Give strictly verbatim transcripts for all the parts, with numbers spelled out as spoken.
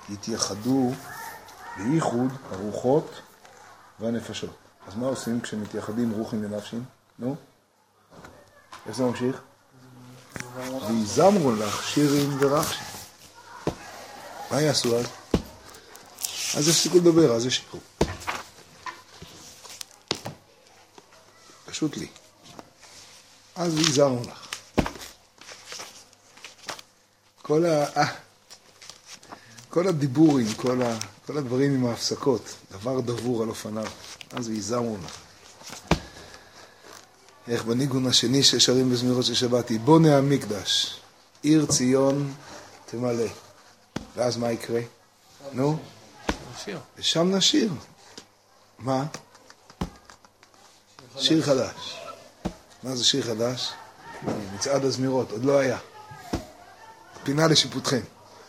יתייחדו בייחוד הרוחות והנפשות. אז מה עושים כשמתייחדים רוחים ונפשים? נו? איך זה ממשיך? ויזמרו לך שירים ורחשים. מה יעשו אז? אז יפסיקו לדבר, אז ישיקו. פשוט לי. אז ויזמרו לך. כל ה... כל הדיבורים, כל, ה... כל הדברים עם ההפסקות, דבר דבור על אופניו, אז ויזמרו לך. איך בניגון השני ששרים בזמירות ששבתי, בונה המקדש, עיר ציון תמלא. ואז מה יקרה? נו? נשיר. ושם נשיר. מה? שיר חדש. מה זה שיר חדש? מצעד הזמירות, עוד לא היה. פינה לשיפוטכם.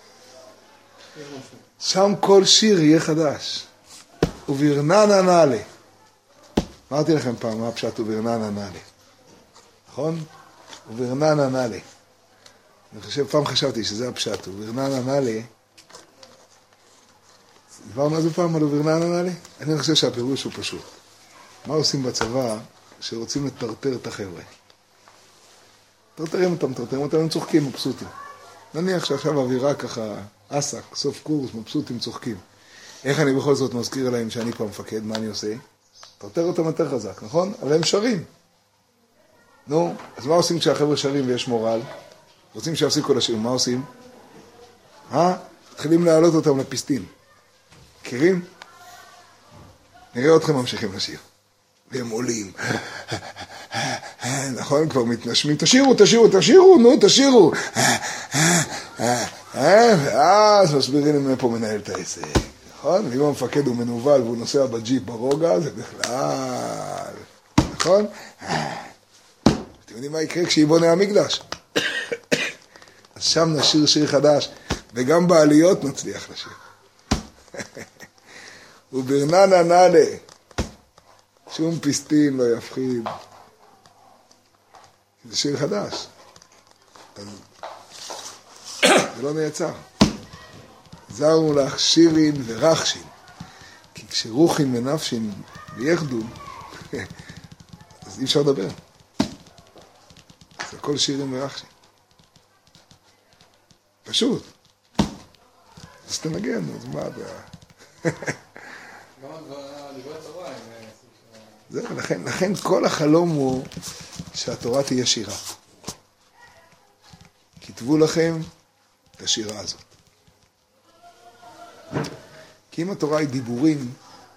שם כל שיר יהיה חדש. וברננה נעלה. אמרתי לכם פעם מה הפשט וברננה נעלה. נכון? וברננה נעלה. אני חושב, פעם חשבתי שזה הפשט. וברננה נעלה. דיברנו על זה פעם על וברננה נעלה? אני חושב שהפירוש הוא פשוט. מה עושים בצבא שרוצים לטרטר את החבר'ה? טרטרים אותם, טרטרים אותם, הם צוחקים, מבסוטים. נניח שעכשיו אווירה ככה, עסק, סוף קורס, מבסוטים, צוחקים. איך אני בכל זאת מזכיר להם שאני פה מפקד, מה אני עושה? טרטר אותם יותר חזק, נכון? אבל הם שרים. נו, אז מה עושים כשהחבר'ה שרים ויש מורל? רוצים שיפסיקו לשיר, מה עושים? אה? מתחילים להעלות אותם לפיסטין. מכירים? נראה אתכם ממשיכים לשיר. והם עולים. נכון? כבר מתנשמים. תשירו, תשירו, תשירו, נו, תשירו. ואז מסבירים להם פה מנהל את העסק. נכון? ואם המפקד הוא מנובל והוא נוסע בג'יפ ברוגע, זה בכלל. נכון? אתם יודעים מה יקרה כשיבונה המקדש? אז שם נשיר שיר חדש, וגם בעליות נצליח לשיר. וברננה נעלה, שום פיסטין לא יפחיד. זה שיר חדש. זה לא נעצר. זרו לך שירים ורחשים. כי כשרוחים ונפשים ביחדו, אז אי אפשר לדבר. זה הכל שירים ורחשים. פשוט. אז תנגן, אז מה זה... זהו, לכן, לכן כל החלום הוא שהתורה תהיה שירה. כתבו לכם את השירה הזאת. כי אם התורה היא דיבורים,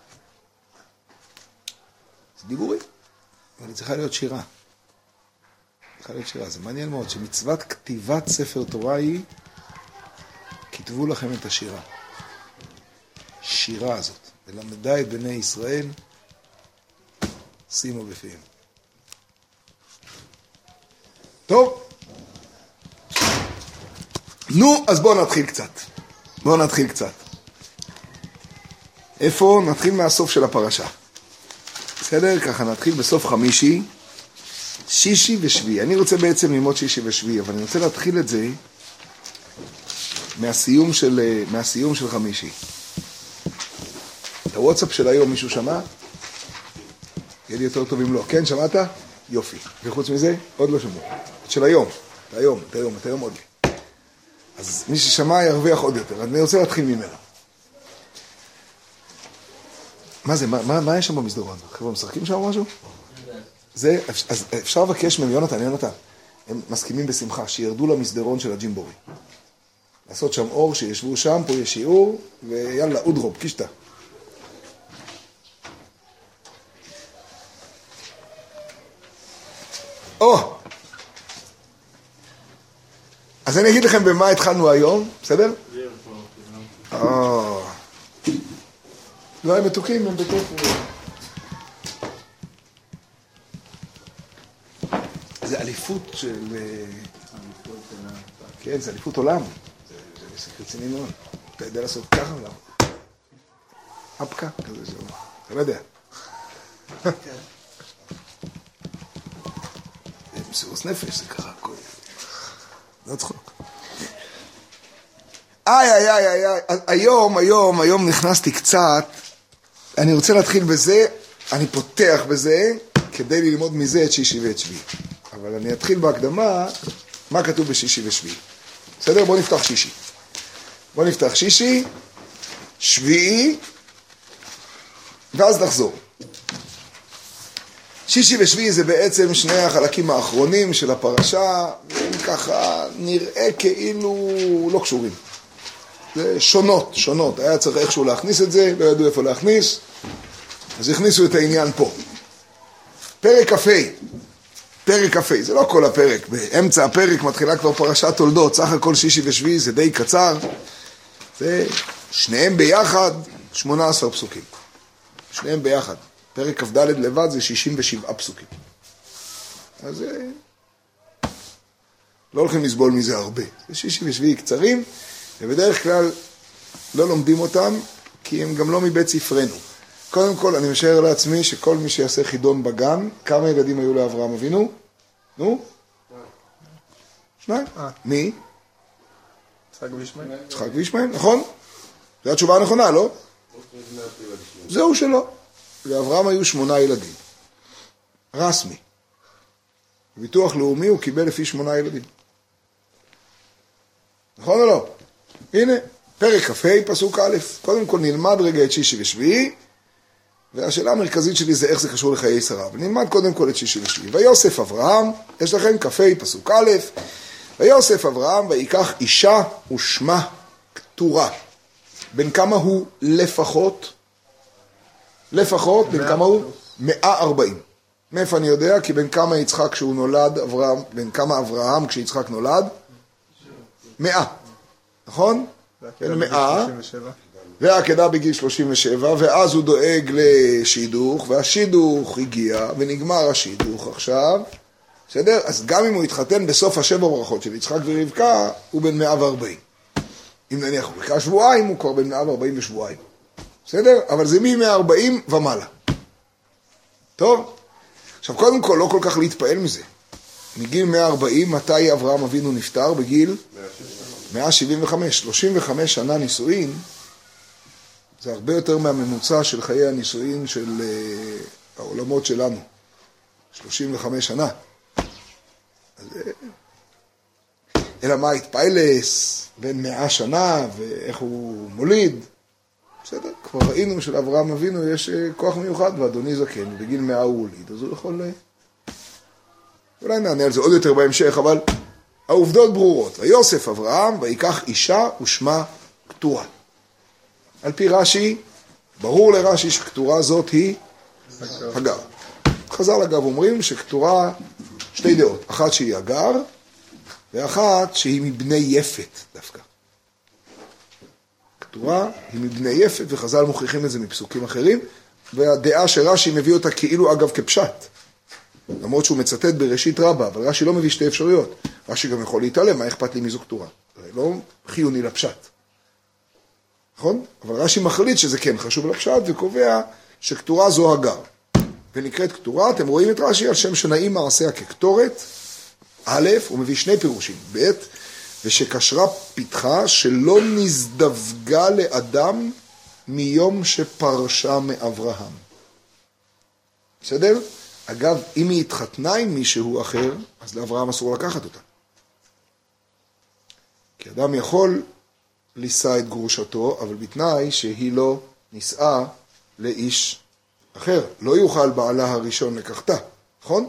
זה דיבורים, אבל היא צריכה להיות שירה. צריכה להיות שירה. זה מעניין מאוד שמצוות כתיבת ספר תורה היא כתבו לכם את השירה. שירה הזאת. ולמדה את בני ישראל, שימו בפיהם. טוב. נו, אז בואו נתחיל קצת. בואו נתחיל קצת. איפה? נתחיל מהסוף של הפרשה. בסדר? ככה נתחיל בסוף חמישי, שישי ושביעי. אני רוצה בעצם ללמוד שישי ושביעי, אבל אני רוצה להתחיל את זה מהסיום של, מהסיום של חמישי. את הוואטסאפ של היום מישהו שמע? יהיה לי יותר טוב אם לא. כן, שמעת? יופי. וחוץ מזה, עוד לא שמעו. את של היום. את היום, את היום, את היום עוד לי. אז מי ששמע ירוויח עוד יותר. אני רוצה להתחיל ממנו. מה זה? מה, מה, מה יש שם במסדרון? חבר'ה משחקים שם או משהו? זה, אז אפשר לבקש מהם, יונתן, יונתן. הם מסכימים בשמחה שירדו למסדרון של הג'ימבורי. לעשות שם אור, שישבו שם, פה יש שיעור, ויאללה, אודרוב, קישתה. או! אז אני אגיד לכם במה התחלנו היום, בסדר? או! לא, הם מתוקים, הם בתוך... זה אליפות של... כן, זה אליפות עולם. זה רציני מאוד. אתה יודע לעשות ככה עולם. אפקה, כזה שלא. אתה לא יודע. מסירות נפש, זה ככה הכל. לא צחוק. איי, איי, איי, איי, איי, היום, היום, היום נכנסתי קצת, אני רוצה להתחיל בזה, אני פותח בזה, כדי ללמוד מזה את שישי ואת שביעי. אבל אני אתחיל בהקדמה, מה כתוב בשישי ושביעי. בסדר? בואו נפתח שישי. בואו נפתח שישי, שביעי, ואז נחזור. שישי ושביעי זה בעצם שני החלקים האחרונים של הפרשה, והם ככה נראה כאילו לא קשורים. זה שונות, שונות. היה צריך איכשהו להכניס את זה, לא ידעו איפה להכניס, אז הכניסו את העניין פה. פרק כ"ה, פרק כ"ה, זה לא כל הפרק, באמצע הפרק מתחילה כבר פרשת תולדות, סך הכל שישי ושביעי זה די קצר, זה שניהם ביחד, שמונה עשר פסוקים. שניהם ביחד. פרק כ"ד לבד זה שישים ושבעה פסוקים. אז לא הולכים לסבול מזה הרבה. זה שישי ושביעי קצרים, ובדרך כלל לא לומדים אותם, כי הם גם לא מבית ספרנו. קודם כל, אני משער לעצמי שכל מי שיעשה חידון בגן, כמה ילדים היו לאברהם אבינו? נו? שניים? מי? יצחק וישמעאל. יצחק וישמעאל, נכון? זו התשובה הנכונה, לא? זהו שלא. לאברהם היו שמונה ילדים. רסמי. בביטוח לאומי הוא קיבל לפי שמונה ילדים. נכון או לא? הנה, פרק כ"ה, פסוק א', קודם כל נלמד רגע את שישי ושביעי, והשאלה המרכזית שלי זה איך זה קשור לחיי שרה. ונלמד קודם כל את שישי ושביעי. ויוסף אברהם, יש לכם כ"ה, פסוק א', ויוסף אברהם ויקח אישה ושמה קטורה. בין כמה הוא לפחות? לפחות, בין כמה הוא? מאה ארבעים. מאיפה אני יודע? כי בין כמה יצחק כשהוא נולד, אברהם, בין כמה אברהם כשיצחק נולד? מאה. נכון? בין מאה. והעקדה בגיל שלושים ושבע, ואז הוא דואג לשידוך, והשידוך הגיע, ונגמר השידוך עכשיו. בסדר? אז גם אם הוא התחתן בסוף השבע ברכות של יצחק ורבקה, הוא בין מאה וארבעים. אם נניח הוא בקע שבועיים, הוא כבר בין מאה וארבעים ושבועיים. בסדר? אבל זה מ-מאה וארבעים ומעלה. טוב? עכשיו, קודם כל, לא כל כך להתפעל מזה. מגיל מאה וארבעים, מתי אברהם אבינו נפטר? בגיל? מאה שבעים וחמש. שלושים וחמש שנה נישואין, זה הרבה יותר מהממוצע של חיי הנישואין של uh, העולמות שלנו. שלושים וחמש שנה. אז, אלא מה התפעלס בין מאה שנה ואיך הוא מוליד? בסדר, כבר ראינו שלאברהם אבינו יש כוח מיוחד, ואדוני זקן, בגיל מאה הוא הוליד, אז הוא יכול... אולי נענה על זה עוד יותר בהמשך, אבל העובדות ברורות. ויוסף אברהם ויקח אישה ושמה קטורה. על פי רש"י, ברור לרש"י שקטורה זאת היא הגר. חז"ל אגב אומרים שקטורה שתי דעות, אחת שהיא הגר, ואחת שהיא מבני יפת דווקא. קטורה היא מבני יפת, וחז"ל מוכיחים את זה מפסוקים אחרים, והדעה שרש"י מביא אותה כאילו אגב כפשט. למרות שהוא מצטט בראשית רבה, אבל רש"י לא מביא שתי אפשרויות. רש"י גם יכול להתעלם, מה אכפת לי מזו קטורה? זה לא חיוני לפשט. נכון? אבל רש"י מחליט שזה כן חשוב לפשט, וקובע שקטורה זו הגר. ונקראת קטורה, אתם רואים את רש"י על שם שנעים מעשיה כקטורת. א', הוא מביא שני פירושים. ב', ושקשרה פיתחה שלא נזדווגה לאדם מיום שפרשה מאברהם. בסדר? אגב, אם היא התחתנה עם מישהו אחר, אז לאברהם אסור לקחת אותה. כי אדם יכול לישא את גרושתו, אבל בתנאי שהיא לא נישאה לאיש אחר. לא יוכל בעלה הראשון לקחתה, נכון?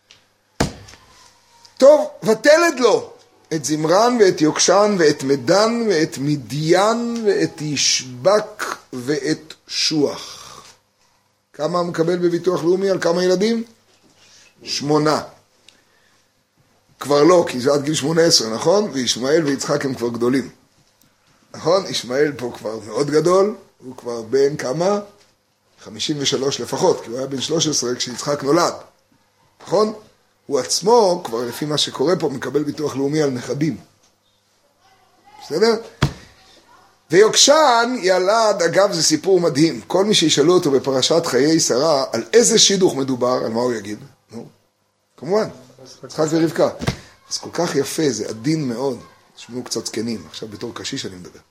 טוב, ותלד לו את זמרן ואת יוקשן ואת מדן ואת מדיין ואת ישבק ואת שוח. כמה מקבל בביטוח לאומי על כמה ילדים? שמונה. כבר לא, כי זה עד גיל שמונה עשרה, נכון? וישמעאל ויצחק הם כבר גדולים. נכון? ישמעאל פה כבר מאוד גדול, הוא כבר בן כמה? חמישים ושלוש לפחות, כי הוא היה בן שלוש עשרה כשיצחק נולד. נכון? הוא עצמו, כבר לפי מה שקורה פה, מקבל ביטוח לאומי על נכדים. בסדר? ויוקשן ילד, אגב זה סיפור מדהים, כל מי שישאלו אותו בפרשת חיי שרה, על איזה שידוך מדובר, על מה הוא יגיד? נו, כמובן, יצחק ורבקה. אז כל כך יפה, זה עדין מאוד. תשמעו קצת זקנים, עכשיו בתור קשיש אני מדבר.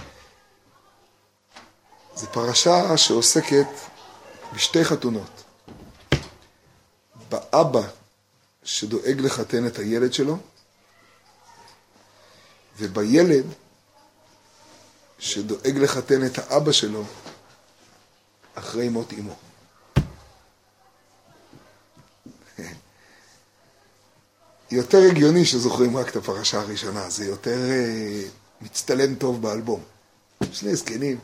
זו פרשה שעוסקת בשתי חתונות. באבא שדואג לחתן את הילד שלו, ובילד שדואג לחתן את האבא שלו אחרי מות אמו. יותר הגיוני שזוכרים רק את הפרשה הראשונה, זה יותר uh, מצטלם טוב באלבום. שני זקנים,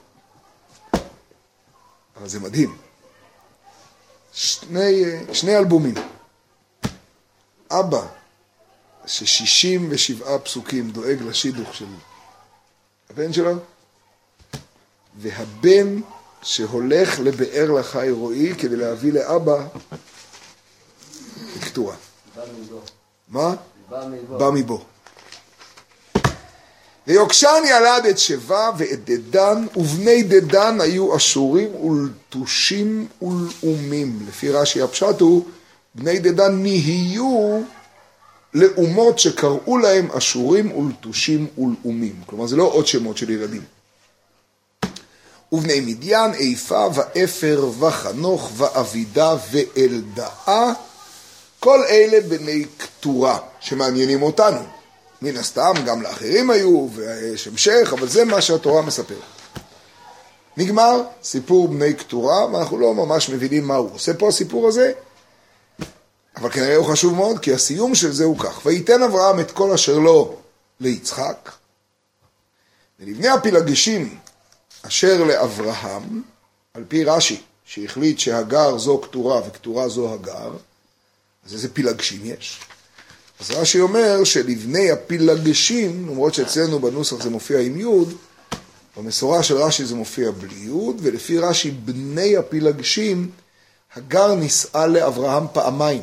אבל זה מדהים. שני, שני אלבומים. אבא ש-שישים ושבעה פסוקים דואג לשידוך של הבן שלו, והבן שהולך לבאר לחי רועי כדי להביא לאבא כתורה. בא מבו. מה? בא מבו. בא מבו. ויוקשן ילד את שבע ואת דדן, ובני דדן היו אשורים ולטושים ולאומים. לפי רש"י הפשט הוא, בני דדן נהיו לאומות שקראו להם אשורים ולטושים ולאומים. כלומר, זה לא עוד שמות של ילדים. ובני מדיין, איפה ואפר וחנוך ואבידה ואלדאה, כל אלה בני כתורה שמעניינים אותנו. מן הסתם גם לאחרים היו ויש המשך, אבל זה מה שהתורה מספרת. נגמר סיפור בני כתורה, ואנחנו לא ממש מבינים מה הוא עושה פה הסיפור הזה, אבל כנראה הוא חשוב מאוד, כי הסיום של זה הוא כך. ויתן אברהם את כל אשר לו ליצחק, ולבני הפילגשים אשר לאברהם, על פי רש"י, שהחליט שהגר זו כתורה וכתורה זו הגר, אז איזה פילגשים יש? אז רש"י אומר שלבני הפילגשים, למרות שאצלנו בנוסח זה מופיע עם יוד, במסורה של רש"י זה מופיע בלי יוד, ולפי רש"י בני הפילגשים, הגר נישאה לאברהם פעמיים.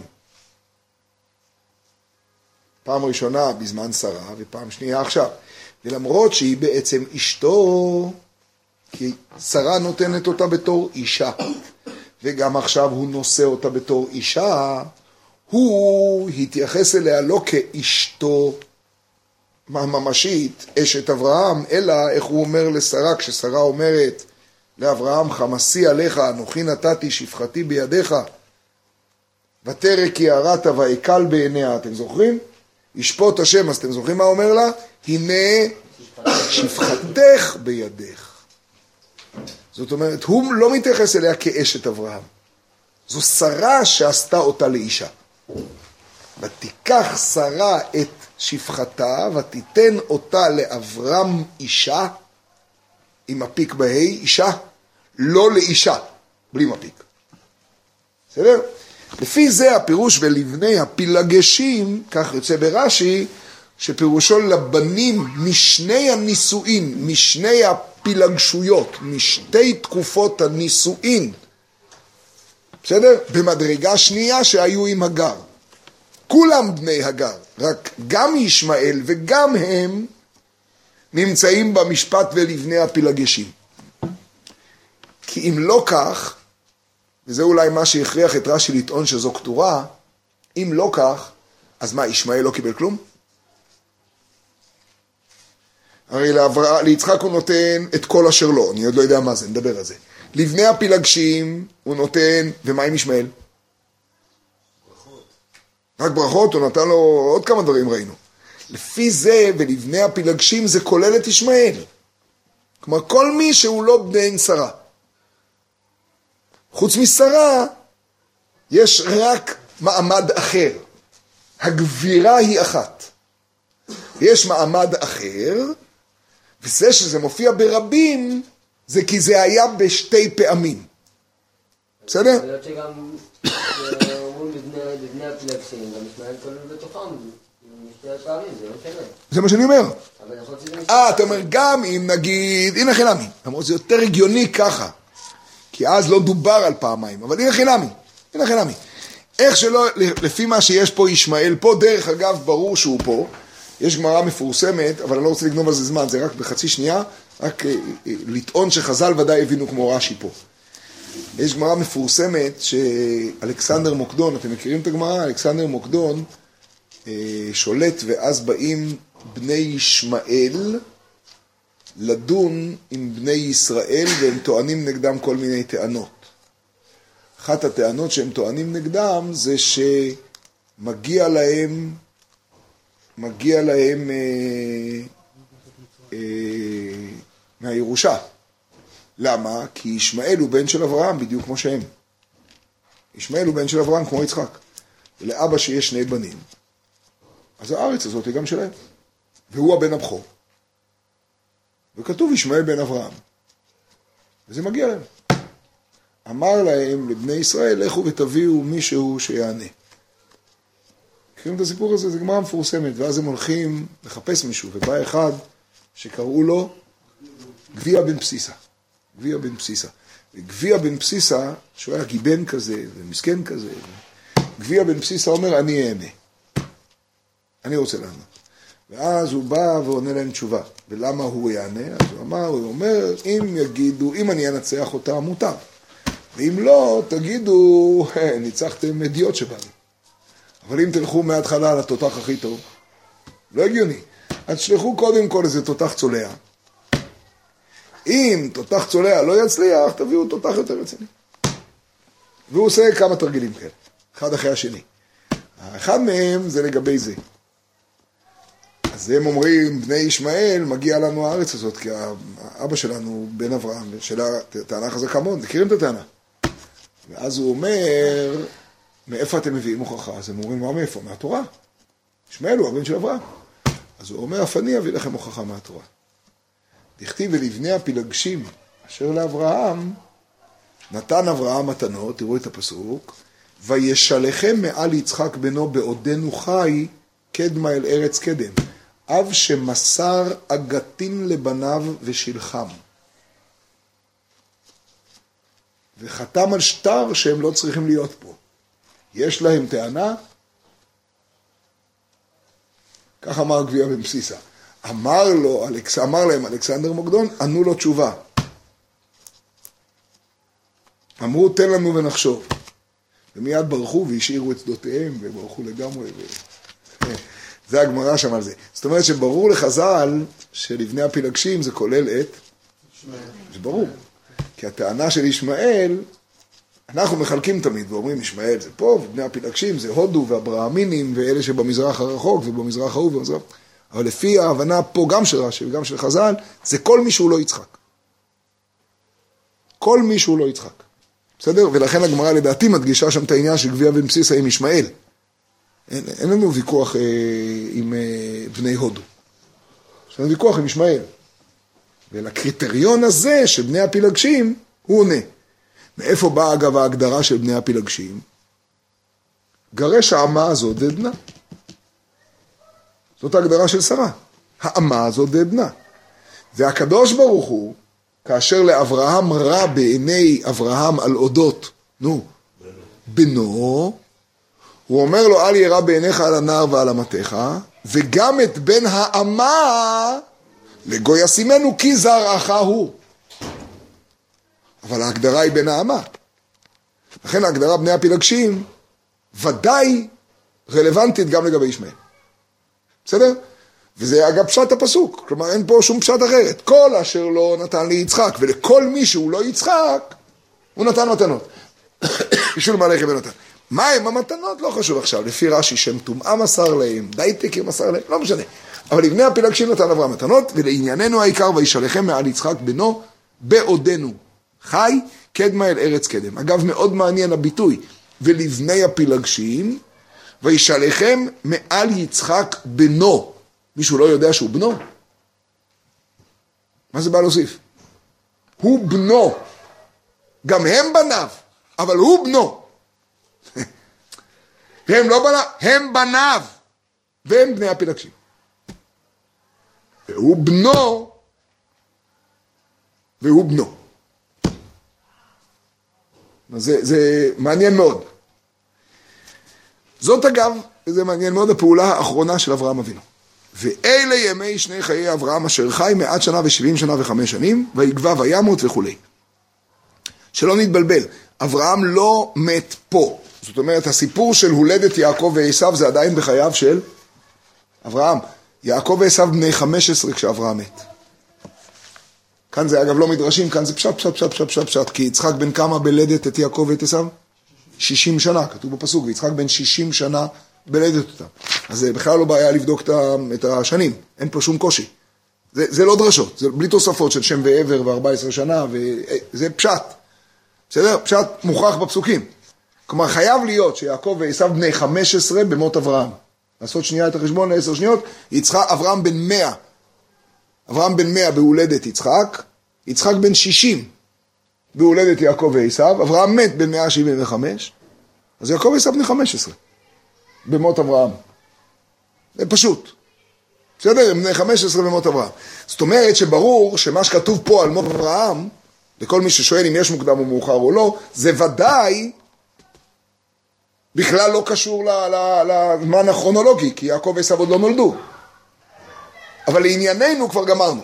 פעם ראשונה בזמן שרה, ופעם שנייה עכשיו. ולמרות שהיא בעצם אשתו, כי שרה נותנת אותה בתור אישה, וגם עכשיו הוא נושא אותה בתור אישה, הוא התייחס אליה לא כאשתו ממשית, אשת אברהם, אלא איך הוא אומר לשרה, כששרה אומרת לאברהם, חמסי עליך, אנוכי נתתי שפחתי בידיך, ותרא כי הרעת ויקל בעיניה, אתם זוכרים? ישפוט השם, אז אתם זוכרים מה אומר לה? הנה שפחתך בידך. זאת אומרת, הוא לא מתייחס אליה כאשת אברהם. זו שרה שעשתה אותה לאישה. ותיקח שרה את שפחתה ותיתן אותה לאברהם אישה, עם מפיק בהי, אישה, לא לאישה, בלי מפיק. בסדר? לפי זה הפירוש ולבני הפילגשים, כך יוצא ברש"י, שפירושו לבנים משני הנישואין, משני הפילגשויות, משתי תקופות הנישואין, בסדר? במדרגה שנייה שהיו עם הגר. כולם בני הגר, רק גם ישמעאל וגם הם נמצאים במשפט ולבני הפילגשים. כי אם לא כך, וזה אולי מה שהכריח את רש"י לטעון שזו כתורה, אם לא כך, אז מה, ישמעאל לא קיבל כלום? הרי לעבר... ליצחק הוא נותן את כל אשר לו, אני עוד לא יודע מה זה, נדבר על זה. לבני הפילגשים הוא נותן, ומה עם ישמעאל? ברכות. רק ברכות, הוא נתן לו עוד כמה דברים ראינו. לפי זה, ולבני הפילגשים זה כולל את ישמעאל. כלומר, כל מי שהוא לא בן שרה. חוץ משרה, יש רק מעמד אחר. הגבירה היא אחת. יש מעמד אחר, וזה שזה מופיע ברבים, זה כי זה היה בשתי פעמים. בסדר? יכול להיות שגם אומרים לבני הפילגשים, גם ישמעאל כולל בתוכם, משתי הפעמים, זה לא משנה. זה מה שאני אומר. אבל יכול להיות שזה משנה. אה, אתה אומר, גם אם נגיד, הנה חינמי, למרות זה יותר הגיוני ככה, כי אז לא דובר על פעמיים, אבל הנה חינמי, הנה חינמי. איך שלא, לפי מה שיש פה ישמעאל, פה דרך אגב ברור שהוא פה, יש גמרא מפורסמת, אבל אני לא רוצה לגנוב על זה זמן, זה רק בחצי שנייה, רק לטעון שחז"ל ודאי הבינו כמו רש"י פה. יש גמרא מפורסמת שאלכסנדר מוקדון, אתם מכירים את הגמרא? אלכסנדר מוקדון שולט, ואז באים בני ישמעאל לדון עם בני ישראל, והם טוענים נגדם כל מיני טענות. אחת הטענות שהם טוענים נגדם זה שמגיע להם, מגיע להם אה, אה, מהירושה. למה? כי ישמעאל הוא בן של אברהם, בדיוק כמו שהם. ישמעאל הוא בן של אברהם כמו יצחק. ולאבא שיש שני בנים, אז הארץ הזאת היא גם שלהם. והוא הבן הבכור. וכתוב ישמעאל בן אברהם. וזה מגיע להם. אמר להם, לבני ישראל, לכו ותביאו מישהו שיענה. מכירים את הסיפור הזה? זה גמרא מפורסמת. ואז הם הולכים לחפש מישהו, ובא אחד שקראו לו גביע בן בסיסה. גביע בן בסיסה. וגביע בן בסיסה, שהוא היה גיבן כזה, ומסכן כזה, גביע בן בסיסה אומר, אני אענה. אני רוצה לענות. ואז הוא בא ועונה להם תשובה. ולמה הוא יענה? אז הוא אמר, הוא אומר, אם יגידו, אם אני אנצח אותה, מותר. ואם לא, תגידו, ניצחתם אדיוט שבאנו. אבל אם תלכו מההתחלה על התותח הכי טוב, לא הגיוני. אז תשלחו קודם כל איזה תותח צולע. אם תותח צולע לא יצליח, תביאו תותח יותר רציני. והוא עושה כמה תרגילים כאלה, אחד אחרי השני. האחד מהם זה לגבי זה. אז הם אומרים, בני ישמעאל, מגיע לנו הארץ הזאת, כי האבא שלנו בן אברהם, ושאלה, טענה חזקה מאוד, מכירים את הטענה. ואז הוא אומר, מאיפה אתם מביאים הוכחה? אז הם אומרים, מה מאיפה? מהתורה. ישמעאל הוא הבן של אברהם. אז הוא אומר, אף אני אביא לכם הוכחה מהתורה. דכתיב ולבני הפילגשים, אשר לאברהם, נתן אברהם מתנות, תראו את הפסוק, וישלחם מעל יצחק בנו בעודנו חי, קדמה אל ארץ קדם. אב שמסר אגתין לבניו ושלחם. וחתם על שטר שהם לא צריכים להיות פה. יש להם טענה? כך אמר גביע בן בסיסה. אמר, לו, אלכס, אמר להם אלכסנדר מוקדון, ענו לו תשובה. אמרו, תן לנו ונחשוב. ומיד ברחו והשאירו את שדותיהם, וברחו לגמרי. ו... זה הגמרא שם על זה. זאת אומרת שברור לחז"ל שלבני הפילגשים זה כולל את... ישמעאל. זה ברור. כי הטענה של ישמעאל, אנחנו מחלקים תמיד ואומרים ישמעאל זה פה, ובני הפילגשים זה הודו והברהמינים ואלה שבמזרח הרחוק ובמזרח ההוא ובמזרח... אבל לפי ההבנה פה גם של רש"י וגם של חז"ל, זה כל מי שהוא לא יצחק. כל מי שהוא לא יצחק. בסדר? ולכן הגמרא לדעתי מדגישה שם את העניין של גביע בן בסיסה עם ישמעאל. אין, אין לנו ויכוח אה, עם אה, בני הודו. יש לנו ויכוח עם ישמעאל. ולקריטריון הזה של בני הפילגשים, הוא עונה. מאיפה באה אגב ההגדרה של בני הפילגשים? גרש האמה הזאת זה בנה. זאת ההגדרה של שרה. האמה הזאת זה בנה. והקדוש ברוך הוא, כאשר לאברהם רע בעיני אברהם על אודות, נו, בנו, הוא אומר לו, אל ירא בעיניך על הנער ועל אמתך, וגם את בן האמה לגוי ישימנו כי זרעך הוא. אבל ההגדרה היא בן האמה. לכן ההגדרה בני הפילגשים ודאי רלוונטית גם לגבי ישמעאל. בסדר? וזה אגב פשט הפסוק, כלומר אין פה שום פשט אחרת. כל אשר לא נתן לי יצחק, ולכל מי שהוא לא יצחק, הוא נתן מתנות. בשביל מה לכם ונתן. מה הם המתנות? לא חשוב עכשיו. לפי רש"י שם טומאה מסר להם, דייטקר מסר להם, לא משנה. אבל לבני הפילגשים נתן אברהם מתנות, ולענייננו העיקר וישלחם מעל יצחק בנו בעודנו חי, קדמה אל ארץ קדם. אגב, מאוד מעניין הביטוי, ולבני הפילגשים, וישלחם מעל יצחק בנו. מישהו לא יודע שהוא בנו? מה זה בא להוסיף? הוא בנו. גם הם בניו, אבל הוא בנו. הם לא בניו, הם בניו, והם בני הפילגשים. והוא בנו, והוא בנו. זה, זה מעניין מאוד. זאת אגב, זה מעניין מאוד, הפעולה האחרונה של אברהם אבינו. ואלה ימי שני חיי אברהם אשר חי מעט שנה ושבעים שנה וחמש שנים, ויגבע וימות וכו'. שלא נתבלבל, אברהם לא מת פה. זאת אומרת, הסיפור של הולדת יעקב ועשיו זה עדיין בחייו של אברהם, יעקב ועשיו בני חמש עשרה כשאברהם מת. כאן זה אגב לא מדרשים, כאן זה פשט, פשט, פשט, פשט, פשט, פשט, כי יצחק בן כמה בלדת את יעקב ואת עשיו? שישים שנה, כתוב בפסוק, ויצחק בן שישים שנה בלדת אותם. אז זה בכלל לא בעיה לבדוק את השנים, אין פה שום קושי. זה, זה לא דרשות, זה בלי תוספות של שם ועבר ו-ארבע עשרה שנה, וזה פשט. בסדר? פשט מוכרח בפסוקים. כלומר, חייב להיות שיעקב ועשיו בני חמש עשרה במות אברהם. לעשות שנייה את החשבון לעשר שניות, יצחק, אברהם בן מאה. אברהם בן מאה בהולדת יצחק, יצחק בן שישים בהולדת יעקב ועשיו, אברהם מת בן מאה שבעים וחמש, אז יעקב ועשיו בני חמש עשרה במות אברהם. זה פשוט. בסדר? הם בני חמש עשרה במות אברהם. זאת אומרת שברור שמה שכתוב פה על מות אברהם, לכל מי ששואל אם יש מוקדם או מאוחר או לא, זה ודאי בכלל לא קשור לזמן הכרונולוגי, כי יעקב ועשיו עוד לא נולדו. אבל לענייננו כבר גמרנו.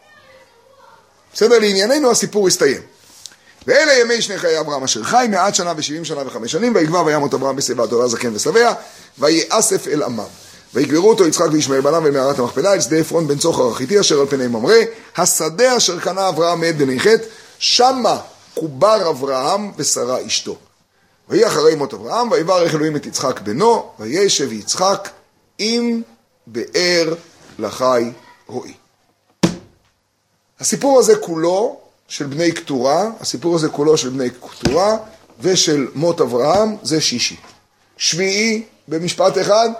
בסדר? לענייננו הסיפור הסתיים. ואלה ימי שני חיי אברהם אשר חי, מעט שנה ושבעים שנה וחמש שנים, ויגבר וימות אברהם בשיבה תורה זקן ושבע, ויאסף אל עמיו. ויקברו אותו יצחק וישמעאל בניו אל מערת המכפלה, אל שדה עפרון בן צוחר החיתי אשר על פני ממרא, השדה אשר קנה אברהם מאת בני חת, שמה קובר אברהם ושרה אשתו. ויהי אחרי מות אברהם, ויברך אלוהים את יצחק בנו, וישב יצחק עם באר לחי רועי. הסיפור הזה כולו של בני כתורה, הסיפור הזה כולו של בני כתורה ושל מות אברהם זה שישי. שביעי במשפט אחד,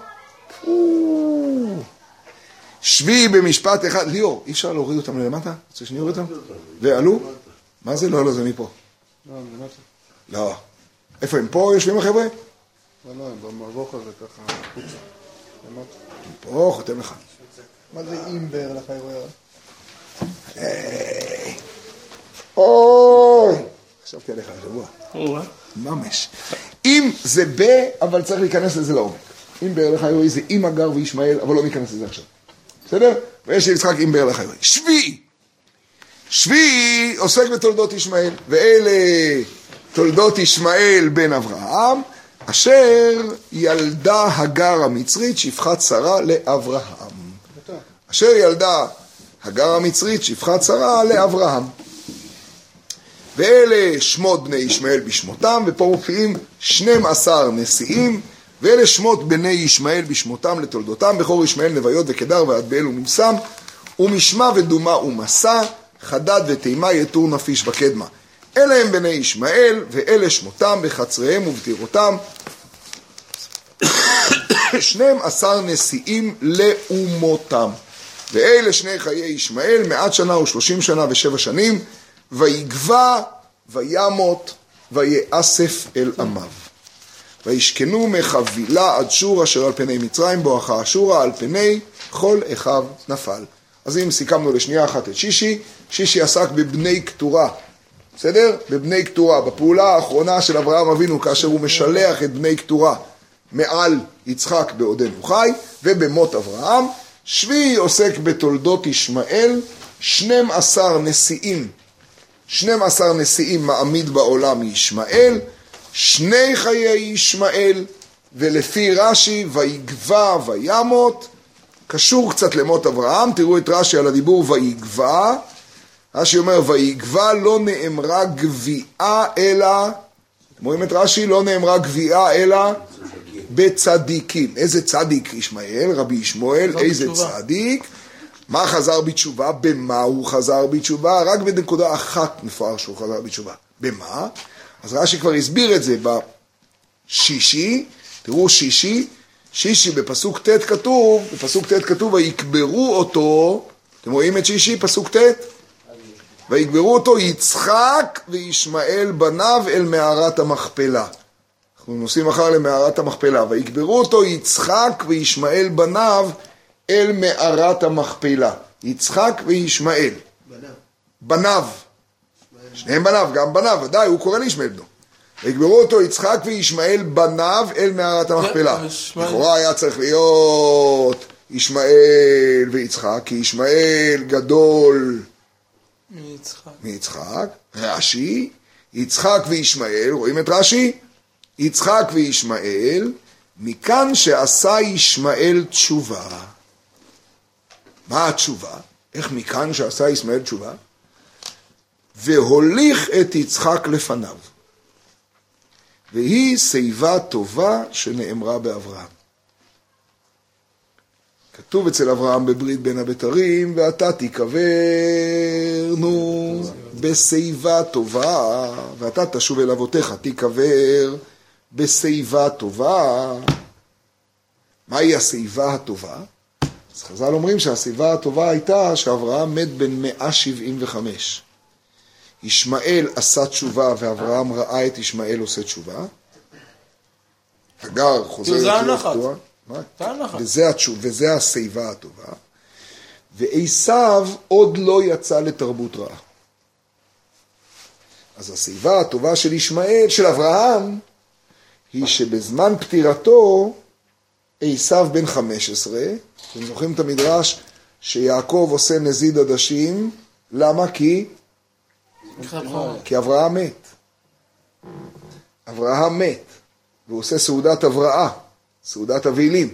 שביעי במשפט אחד, ליאור, אי אפשר להוריד אותם למטה? רוצה שאני אוריד אותם? ועלו? מה זה? לא, לא, זה מפה. לא, למטה. לא. איפה הם פה יושבים החבר'ה? לא, לא, הם במבוך הזה ככה, חוצה. למטה. פה, חותם לך. מה זה אימבר לחי רואה? אוי! חשבתי עליך השבוע. ממש. אם זה ב, אבל צריך להיכנס לזה לעומק. אם באר לחי רועי זה עם אגר וישמעאל, אבל לא ניכנס לזה עכשיו. בסדר? ויש ליצחק עם באר לחי רועי. שביעי. שביעי עוסק בתולדות ישמעאל, ואלה תולדות ישמעאל בן אברהם, אשר ילדה הגר המצרית שפחת שרה לאברהם. אשר ילדה הגר המצרית שפחת שרה לאברהם. ואלה שמות בני ישמעאל בשמותם, ופה מופיעים שנים עשר נשיאים, ואלה שמות בני ישמעאל בשמותם לתולדותם, בכור ישמעאל נביות וקדר ועדבאל ומבשם, ומשמע ודומה ומסע, חדד ותימה יתור נפיש וקדמה. אלה הם בני ישמעאל, ואלה שמותם בחצריהם ובטירותם, שנים עשר נשיאים לאומותם. ואלה שני חיי ישמעאל, מעט שנה ושלושים שנה ושבע שנים, ויגבה וימות ויאסף אל עמיו. וישכנו מחבילה עד שור אשר על פני מצרים, בואכה אשורה על פני כל אחיו נפל. אז אם סיכמנו לשנייה אחת את שישי, שישי עסק בבני כתורה, בסדר? בבני כתורה, בפעולה האחרונה של אברהם אבינו, כאשר הוא משלח את בני כתורה מעל יצחק בעודנו חי, ובמות אברהם. שביעי עוסק בתולדות ישמעאל, שנים עשר נשיאים, שנים עשר נשיאים מעמיד בעולם ישמעאל, שני חיי ישמעאל, ולפי רש"י ויגבה וימות, קשור קצת למות אברהם. תראו את רש"י על הדיבור ויגבה, רש"י אומר ויגבה לא נאמרה גביעה אלא, אתם רואים את רש"י? לא נאמרה גביעה אלא בצדיקים. איזה צדיק ישמעאל? רבי ישמעאל, איזה צדיק? מה חזר בתשובה? במה הוא חזר בתשובה? רק בנקודה אחת מפואר שהוא חזר בתשובה. במה? אז רש"י כבר הסביר את זה בשישי, תראו שישי, שישי בפסוק ת' כתוב, בפסוק ת' כתוב ויקברו אותו, אתם רואים את שישי, פסוק ת'? ויקברו אותו יצחק וישמעאל בניו אל מערת המכפלה. אנחנו נוסעים מחר למערת המכפלה, ויקברו אותו יצחק וישמעאל בניו אל מערת המכפלה. יצחק וישמעאל. בניו. בניו. שניהם בניו, גם בניו, ודאי, הוא קורא לישמעאל בנו. ויקברו אותו יצחק וישמעאל בניו אל מערת המכפלה. לכאורה היה צריך להיות ישמעאל ויצחק, כי ישמעאל גדול מיצחק. מיצחק. רש"י, יצחק וישמעאל, רואים את רש"י? יצחק וישמעאל, מכאן שעשה ישמעאל תשובה. מה התשובה? איך מכאן שעשה ישמעאל תשובה? והוליך את יצחק לפניו. והיא שיבה טובה שנאמרה באברהם. כתוב אצל אברהם בברית בין הבתרים, ואתה תיקבר, נו, בשיבה טובה, ואתה תשוב אל אבותיך, תיקבר בשיבה טובה. מהי השיבה הטובה? אז חז"ל אומרים שהשיבה הטובה הייתה שאברהם מת בן מאה שבעים וחמש. ישמעאל עשה תשובה ואברהם ראה את ישמעאל עושה תשובה. הגר חוזר זה הנחת. וזה, התשוב, וזה השיבה הטובה. ועשיו עוד לא יצא לתרבות רעה. אז השיבה הטובה של ישמעאל, של אברהם, היא שבזמן פטירתו עשיו בן חמש עשרה, אתם זוכרים את המדרש שיעקב עושה נזיד עדשים, למה? כי? כי אברהם מת. אברהם מת, והוא עושה סעודת הבראה, סעודת אבלים.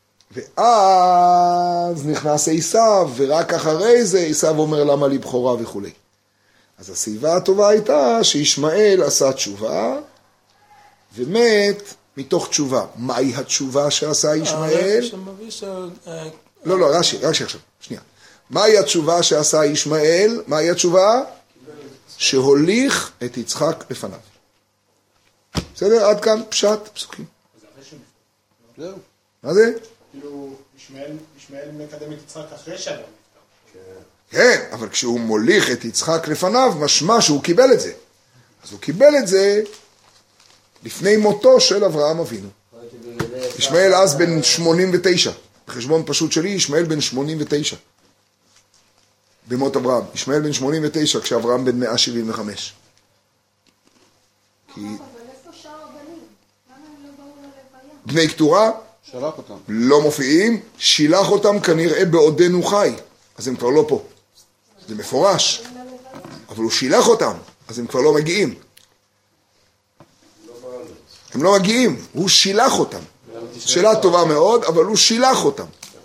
ואז נכנס עשיו, ורק אחרי זה עשיו אומר למה לי בכורה וכו'. אז השיבה הטובה הייתה שישמעאל עשה תשובה, ומת מתוך תשובה. מהי התשובה שעשה ישמעאל? לא, לא, רש"י, רש"י עכשיו, שנייה. מהי התשובה שעשה ישמעאל? מהי התשובה? שהוליך את יצחק לפניו. בסדר? עד כאן פשט פסוקים. זהו. מה זה? כאילו, ישמעאל מקדם את יצחק אחרי שלום. כן, אבל כשהוא מוליך את יצחק לפניו, משמע שהוא קיבל את זה. אז הוא קיבל את זה לפני מותו של אברהם אבינו. ישמעאל אז בן שמונים ותשע. בחשבון פשוט שלי, ישמעאל בן שמונים ותשע. במות אברהם. ישמעאל בן שמונים ותשע, כשאברהם בן מאה שבעים וחמש. כי... בני כתורה שלח אותם. לא מופיעים, שילח אותם כנראה בעודנו חי, אז הם כבר לא פה. זה מפורש. אבל הוא שילח אותם, אז הם כבר לא מגיעים. הם לא מגיעים, הוא שילח אותם. שאלה טובה מאוד, אבל הוא שילח אותם.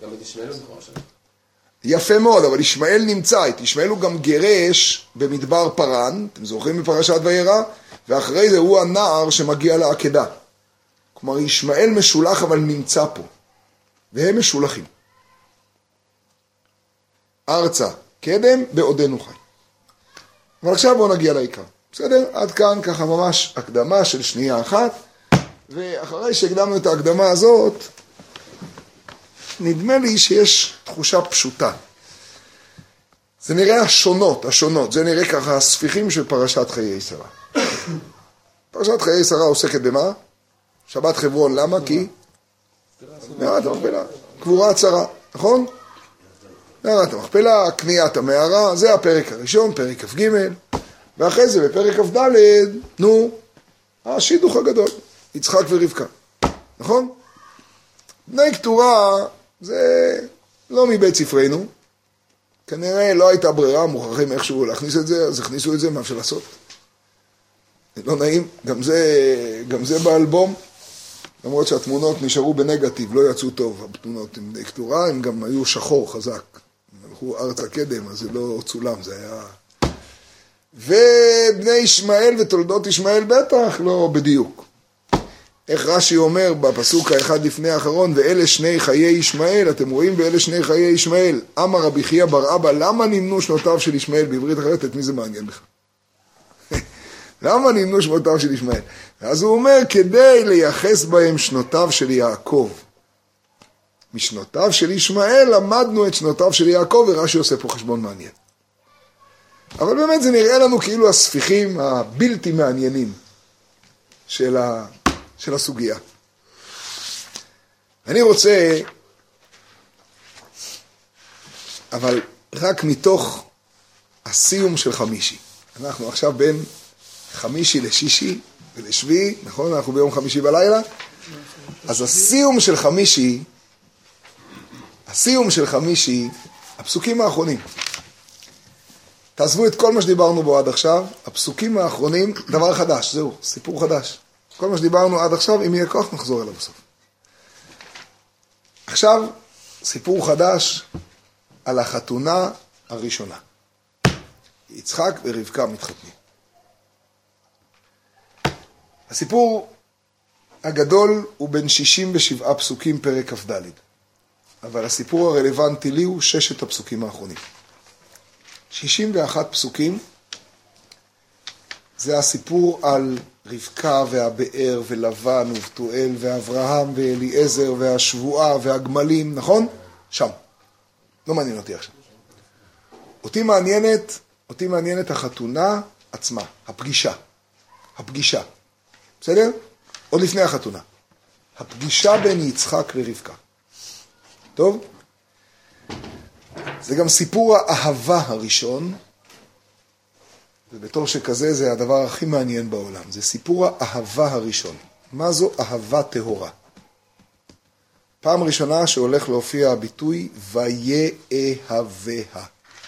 יפה מאוד, אבל ישמעאל נמצא, את ישמעאל הוא גם גירש במדבר פרן, אתם זוכרים בפרשת וירא? ואחרי זה הוא הנער שמגיע לעקדה. כלומר, ישמעאל משולח אבל נמצא פה, והם משולחים. ארצה, קדם, בעודנו חי. אבל עכשיו בואו נגיע לעיקר. בסדר? עד כאן ככה ממש הקדמה של שנייה אחת, ואחרי שהקדמנו את ההקדמה הזאת, נדמה לי שיש תחושה פשוטה. זה נראה השונות, השונות, זה נראה ככה הספיחים של פרשת חיי שרה. פרשת חיי שרה עוסקת במה? שבת חברון, למה? כי? מערת המכפלה, קבורת שרה, נכון? מערת המכפלה, קניית המערה, זה הפרק הראשון, פרק כ"ג, ואחרי זה בפרק כ"ד, נו, השידוך הגדול, יצחק ורבקה, נכון? בני כתורה זה לא מבית ספרנו, כנראה לא הייתה ברירה, מוכרחים איכשהו להכניס את זה, אז הכניסו את זה, מה אפשר לעשות? זה לא נעים, גם זה, גם זה באלבום, למרות שהתמונות נשארו בנגטיב, לא יצאו טוב, התמונות עם בני כתורה, הם גם היו שחור, חזק, הם הלכו ארצה קדם, אז זה לא צולם, זה היה... ובני ישמעאל ותולדות ישמעאל בטח, לא בדיוק. איך רש"י אומר בפסוק האחד לפני האחרון, ואלה שני חיי ישמעאל, אתם רואים ואלה שני חיי ישמעאל, אמר רבי חייא בר אבא, למה נמנו שנותיו של ישמעאל בעברית אחרת, את מי זה מעניין לך? למה נמנו שנותיו של ישמעאל? אז הוא אומר, כדי לייחס בהם שנותיו של יעקב. משנותיו של ישמעאל למדנו את שנותיו של יעקב, ורש"י עושה פה חשבון מעניין. אבל באמת זה נראה לנו כאילו הספיחים הבלתי מעניינים של ה... של הסוגיה. אני רוצה, אבל רק מתוך הסיום של חמישי. אנחנו עכשיו בין חמישי לשישי ולשביעי, נכון? אנחנו ביום חמישי בלילה. אז הסיום של חמישי, הסיום של חמישי, הפסוקים האחרונים. תעזבו את כל מה שדיברנו בו עד עכשיו, הפסוקים האחרונים, דבר חדש, זהו, סיפור חדש. כל מה שדיברנו עד עכשיו, אם יהיה כוח, נחזור אליו בסוף. עכשיו, סיפור חדש, על החתונה הראשונה. יצחק ורבקה מתחתנים. הסיפור הגדול הוא בין שישים ושבעה פסוקים פרק כ"ד, אבל הסיפור הרלוונטי לי הוא ששת הפסוקים האחרונים. שישים ואחת פסוקים זה הסיפור על רבקה והבאר ולבן ובתואל ואברהם ואליעזר והשבועה והגמלים, נכון? שם. לא מעניין אותי עכשיו. אותי מעניינת, אותי מעניינת החתונה עצמה, הפגישה. הפגישה. בסדר? עוד לפני החתונה. הפגישה בין יצחק לרבקה. טוב? זה גם סיפור האהבה הראשון, ובתור שכזה זה הדבר הכי מעניין בעולם. זה סיפור האהבה הראשון. מה זו אהבה טהורה? פעם ראשונה שהולך להופיע הביטוי ויאהביה.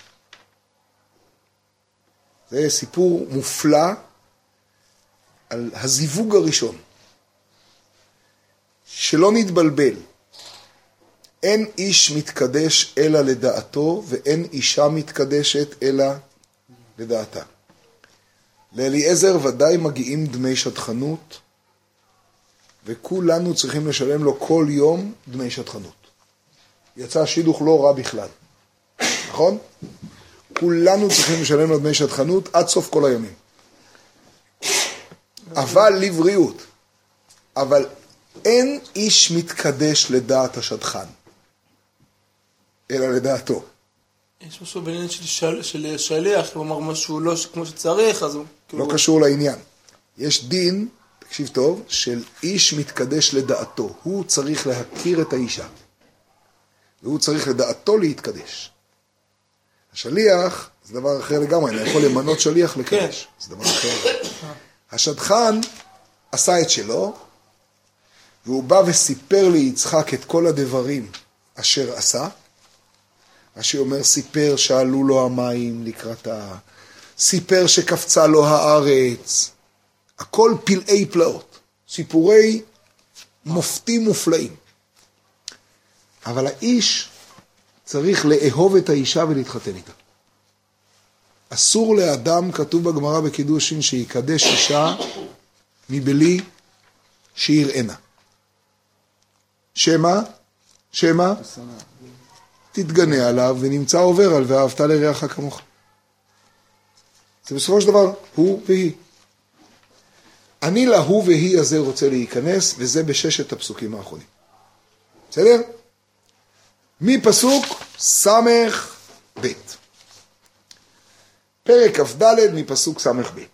זה סיפור מופלא על הזיווג הראשון. שלא נתבלבל. אין איש מתקדש אלא לדעתו, ואין אישה מתקדשת אלא לדעתה. לאליעזר ודאי מגיעים דמי שטחנות, וכולנו צריכים לשלם לו כל יום דמי שטחנות. יצא שידוך לא רע בכלל. נכון? כולנו צריכים לשלם לו דמי שטחנות עד סוף כל הימים. אבל לבריאות. אבל אין איש מתקדש לדעת השטחן, אלא לדעתו. יש משהו בעניין של, של, של שליח, הוא אמר משהו לא כמו שצריך, אז הוא... לא קשור לעניין. יש דין, תקשיב טוב, של איש מתקדש לדעתו. הוא צריך להכיר את האישה. והוא צריך לדעתו להתקדש. השליח זה דבר אחר לגמרי, אני יכול למנות שליח לקדש. זה דבר אחר. השטחן עשה את שלו, והוא בא וסיפר ליצחק את כל הדברים אשר עשה. רש"י אומר, סיפר שעלו לו המים לקראתה, סיפר שקפצה לו הארץ, הכל פלאי פלאות, סיפורי מופתים מופלאים. אבל האיש צריך לאהוב את האישה ולהתחתן איתה. אסור לאדם, כתוב בגמרא בקידושין, שיקדש אישה מבלי שיראנה. שמה? שמה? תתגנה עליו ונמצא עובר על ואהבת לרעך כמוך. זה בסופו של דבר הוא והיא. אני להוא והיא הזה רוצה להיכנס, וזה בששת הפסוקים האחרונים. בסדר? מפסוק סמך בית. פרק כ"ד מפסוק סמך בית.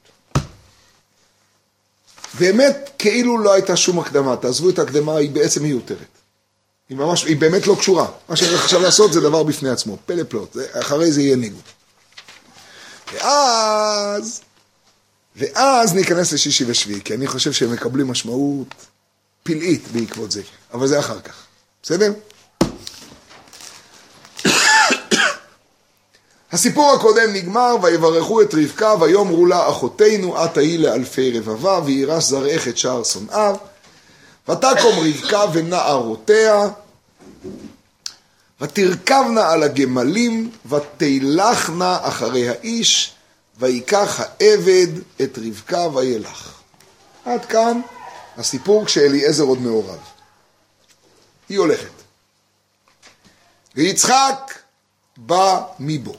באמת כאילו לא הייתה שום הקדמה, תעזבו את ההקדמה, היא בעצם מיותרת. היא ממש, היא באמת לא קשורה. מה שאני הולך עכשיו לעשות זה דבר בפני עצמו, פלא פלאות, אחרי זה יהיה ניגוד. ואז, ואז ניכנס לשישי ושביעי, כי אני חושב שהם מקבלים משמעות פלאית בעקבות זה, אבל זה אחר כך. בסדר? הסיפור הקודם נגמר, ויברכו את רבקה, ויאמרו לה, אחותינו, את ההיא לאלפי רבבה, וירש זרעך את שער שונאיו, ותקום רבקה ונערותיה, ותרכבנה על הגמלים, ותלכנה אחרי האיש, ויקח העבד את רבקה וילך. עד כאן הסיפור כשאליעזר עוד מעורב. היא הולכת. ויצחק בא מבו.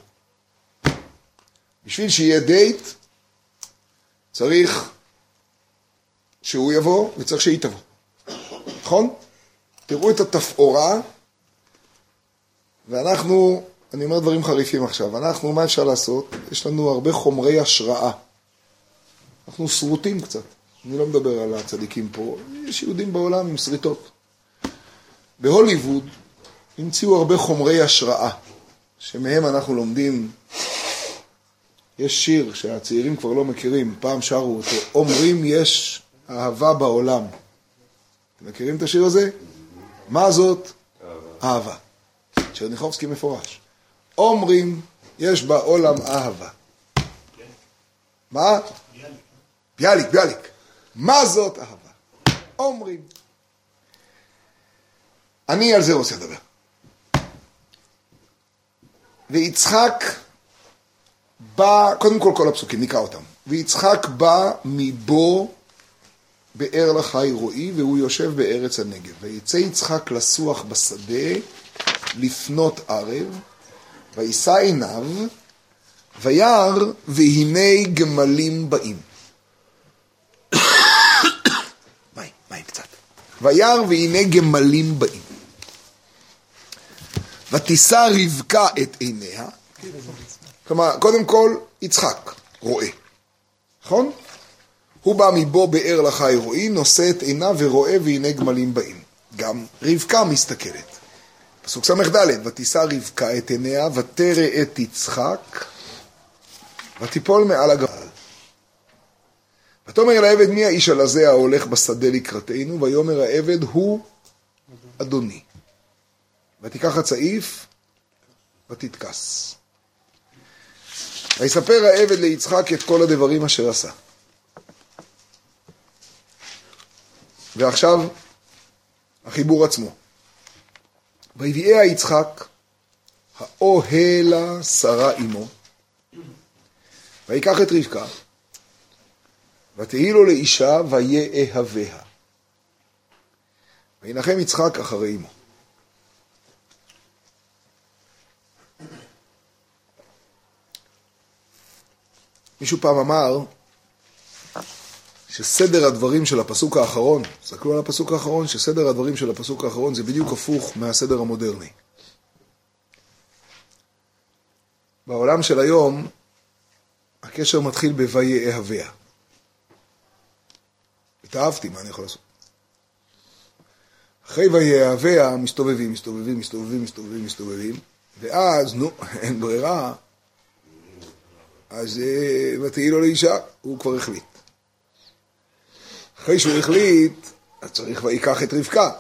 בשביל שיהיה דייט, צריך שהוא יבוא וצריך שהיא תבוא. נכון? תראו את התפאורה, ואנחנו, אני אומר דברים חריפים עכשיו, אנחנו, מה אפשר לעשות? יש לנו הרבה חומרי השראה. אנחנו שרוטים קצת. אני לא מדבר על הצדיקים פה, יש יהודים בעולם עם שריטות. בהוליווד המציאו הרבה חומרי השראה, שמהם אנחנו לומדים. יש שיר שהצעירים כבר לא מכירים, פעם שרו אותו, אומרים יש אהבה בעולם. אתם מכירים את השיר הזה? מה זאת? אהבה. אהבה. צ'רניחובסקי מפורש. אומרים יש בעולם אהבה. מה? ביאליק. ביאליק, ביאליק. מה זאת אהבה? אומרים. אני על זה רוצה לדבר. ויצחק בא, קודם כל כל הפסוקים, נקרא אותם. ויצחק בא מבו באר לחי רועי, והוא יושב בארץ הנגב. ויצא יצחק לסוח בשדה, לפנות ערב, וישא עיניו, וירא והנה גמלים באים. מים, מים קצת. וירא והנה גמלים באים. ותישא רבקה את עיניה. כלומר, קודם כל, יצחק רואה. נכון? הוא בא מבו באר לחי רועי, נושא את עיניו ורואה והנה גמלים באים. גם רבקה מסתכלת. פסוק ס"ד, ותישא רבקה את עיניה, ותרא את יצחק, ותיפול מעל הגמל. ותאמר אל העבד, מי האיש הלזה ההולך בשדה לקראתנו? ויאמר העבד, הוא אדוני. ותיקח הצעיף, ותתכס. ויספר העבד ליצחק את כל הדברים אשר עשה. ועכשיו, החיבור עצמו. ויביאה יצחק, האוהלה שרה אמו, ויקח את רבקה, ותהי לו לאישה, ויאהביה. וינחם יצחק אחרי אמו. מישהו פעם אמר, שסדר הדברים של הפסוק האחרון, תסתכלו על הפסוק האחרון, שסדר הדברים של הפסוק האחרון זה בדיוק הפוך מהסדר המודרני. בעולם של היום, הקשר מתחיל ב"ויאהביה". התאהבתי, מה אני יכול לעשות? אחרי "ויאהביה" מסתובבים, מסתובבים, מסתובבים, מסתובבים, מסתובבים, ואז, נו, אין ברירה, אז ותהי לו לאישה, הוא כבר החליט. אחרי שהוא החליט, אז צריך ויקח את רבקה.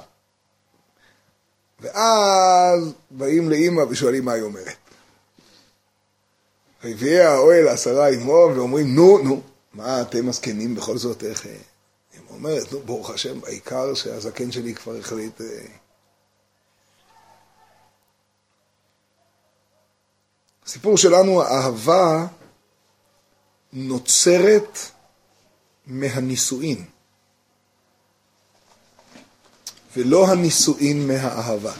ואז באים לאמא ושואלים מה היא אומרת. ויביאה האוהל שרה אמו ואומרים, נו, נו, מה אתם מסכנים בכל זאת? איך? היא אומרת, נו, ברוך השם, העיקר שהזקן שלי כבר החליט. הסיפור שלנו, האהבה נוצרת מהנישואין. ולא הנישואין מהאהבה.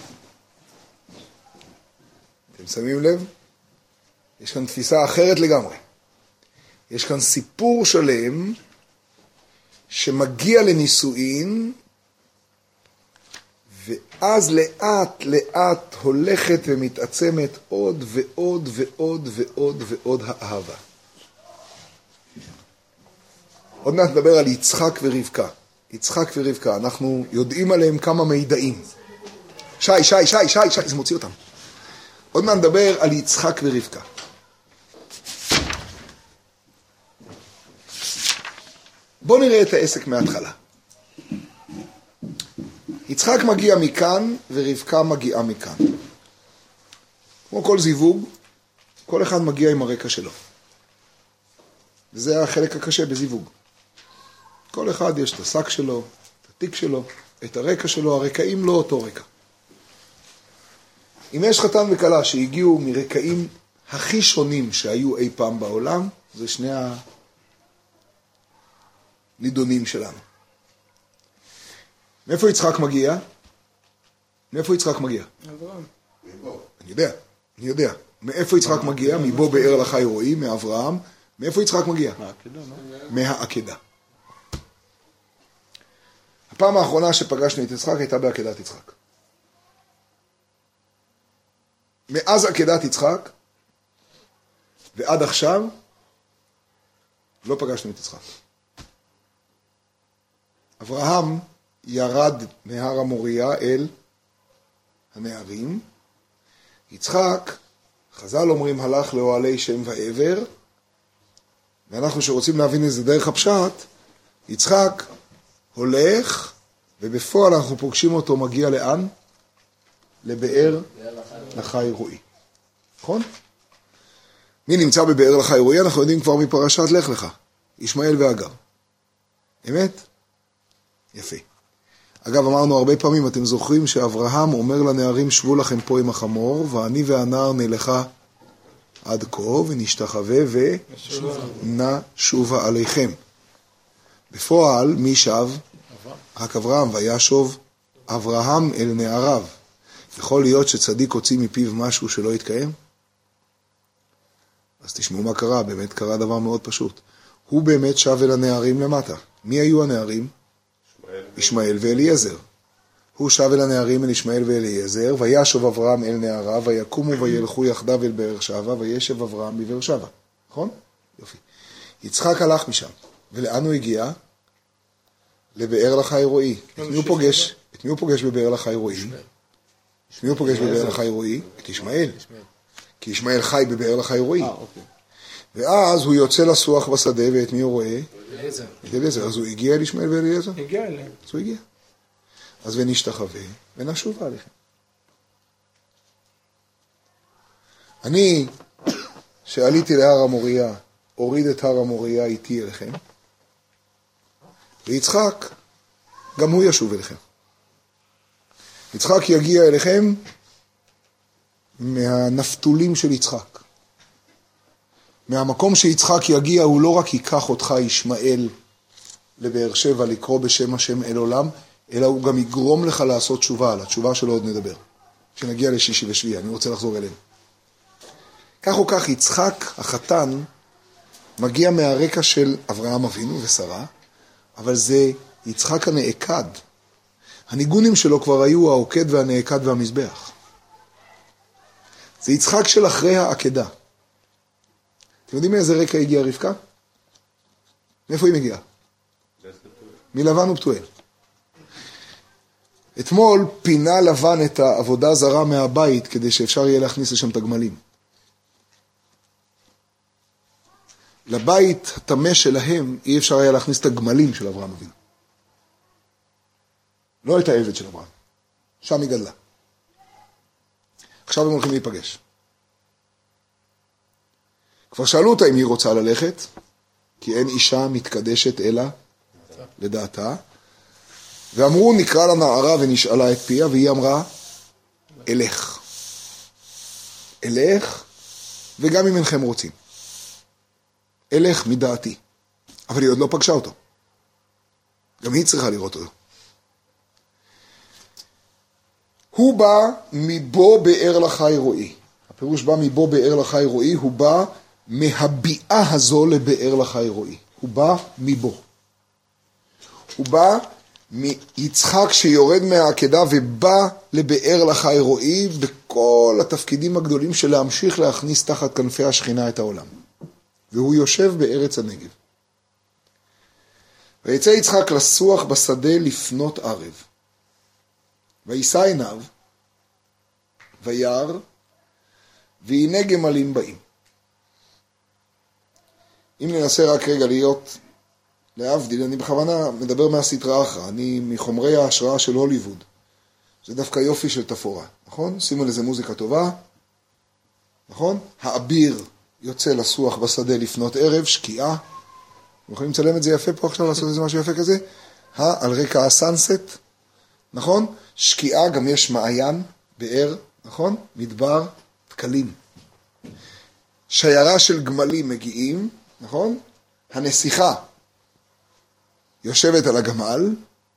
אתם שמים לב? יש כאן תפיסה אחרת לגמרי. יש כאן סיפור שלם שמגיע לנישואין, ואז לאט לאט הולכת ומתעצמת עוד ועוד ועוד ועוד ועוד האהבה. עוד מעט נדבר על יצחק ורבקה. יצחק ורבקה, אנחנו יודעים עליהם כמה מידעים. שי, שי, שי, שי, שי, זה מוציא אותם. עוד מעט נדבר על יצחק ורבקה. בואו נראה את העסק מההתחלה. יצחק מגיע מכאן ורבקה מגיעה מכאן. כמו כל זיווג, כל אחד מגיע עם הרקע שלו. וזה החלק הקשה בזיווג. כל אחד יש את השק שלו, את התיק שלו, את הרקע שלו, הרקעים לא אותו רקע. אם יש חתן וכלה שהגיעו מרקעים הכי שונים שהיו אי פעם בעולם, זה שני הנידונים שלנו. מאיפה יצחק מגיע? מאיפה יצחק מגיע? אברהם. אני יודע, אני יודע. מאיפה יצחק מגיע? מבו באר לחי רועי, מאברהם. מאיפה יצחק מגיע? מהעקדה. הפעם האחרונה שפגשנו את יצחק הייתה בעקדת יצחק. מאז עקדת יצחק ועד עכשיו לא פגשנו את יצחק. אברהם ירד מהר המוריה אל הנערים. יצחק, חז"ל אומרים, הלך לאוהלי שם ועבר, ואנחנו שרוצים להבין איזה דרך הפשט, יצחק הולך, ובפועל אנחנו פוגשים אותו מגיע לאן? לבאר לחי רועי. נכון? מי נמצא בבאר לחי רועי? אנחנו יודעים כבר מפרשת לך לך. ישמעאל והגר. אמת? יפה. אגב, אמרנו הרבה פעמים, אתם זוכרים שאברהם אומר לנערים, שבו לכם פה עם החמור, ואני והנער נלכה עד כה ונשתחווה ונשובה עליכם. בפועל מי שב? רק אברהם, וישוב אברהם אל נעריו. יכול להיות שצדיק הוציא מפיו משהו שלא יתקיים? אז תשמעו מה קרה, באמת קרה דבר מאוד פשוט. הוא באמת שב אל הנערים למטה. מי היו הנערים? ישמעאל ואליעזר. הוא שב אל הנערים אל ישמעאל ואליעזר, וישוב אברהם אל נעריו, ויקומו וילכו יחדיו אל באר שבע, וישב אברהם בבאר שבע. נכון? יופי. יצחק הלך משם, ולאן הוא הגיע? לבאר לחי רועי. את מי הוא פוגש? את מי הוא פוגש בבאר לחי רועי? את מי הוא פוגש בבאר לחי רועי? את ישמעאל. כי ישמעאל חי בבאר לחי רועי. ואז הוא יוצא לסוח בשדה, ואת מי הוא רואה? אליעזר. את אליעזר. אז הוא הגיע אל ישמעאל ואליעזר? הגיע אליהם. אז הוא הגיע. אז ונשתחווה ונשובה עליכם. אני, שעליתי להר המוריה, הוריד את הר המוריה איתי אליכם, ויצחק, גם הוא ישוב אליכם. יצחק יגיע אליכם מהנפתולים של יצחק. מהמקום שיצחק יגיע, הוא לא רק ייקח אותך ישמעאל לבאר שבע לקרוא בשם השם אל עולם, אלא הוא גם יגרום לך לעשות תשובה, על התשובה שלו עוד נדבר. כשנגיע לשישי ושביעי, אני רוצה לחזור אלינו. כך או כך, יצחק החתן מגיע מהרקע של אברהם אבינו ושרה, אבל זה יצחק הנעקד. הניגונים שלו כבר היו העוקד והנעקד והמזבח. זה יצחק של אחרי העקדה. אתם יודעים מאיזה רקע הגיעה רבקה? מאיפה היא מגיעה? מלבן ופתואל. אתמול פינה לבן את העבודה זרה מהבית כדי שאפשר יהיה להכניס לשם את הגמלים. לבית התמה שלהם אי אפשר היה להכניס את הגמלים של אברהם אבינו. לא את העבד של אברהם. שם היא גדלה. עכשיו הם הולכים להיפגש. כבר שאלו אותה אם היא רוצה ללכת, כי אין אישה מתקדשת אלא לדעתה. ואמרו, נקרא לה נערה ונשאלה את פיה, והיא אמרה, אלך. אלך, וגם אם אינכם רוצים. אלך מדעתי. אבל היא עוד לא פגשה אותו. גם היא צריכה לראות אותו. הוא בא מבו באר לחי רועי. הפירוש בא מבו באר לחי רועי, הוא בא מהביאה הזו לבאר לחי רועי. הוא בא מבו. הוא בא מיצחק שיורד מהעקדה ובא לבאר לחי רועי בכל התפקידים הגדולים של להמשיך להכניס תחת כנפי השכינה את העולם. והוא יושב בארץ הנגב. ויצא יצחק לסוח בשדה לפנות ערב. וישא עיניו, וירא, והנה גמלים באים. אם ננסה רק רגע להיות להבדיל, אני בכוונה מדבר מהסטרה אחרא, אני מחומרי ההשראה של הוליווד. זה דווקא יופי של תפאורה, נכון? שימו לזה מוזיקה טובה, נכון? האביר יוצא לסוח בשדה לפנות ערב, שקיעה. אתם יכולים לצלם את זה יפה פה עכשיו, לעשות איזה משהו יפה כזה? ha, על רקע הסנסט, נכון? שקיעה, גם יש מעיין, באר, נכון? מדבר, תקלים. שיירה של גמלים מגיעים, נכון? הנסיכה יושבת על הגמל,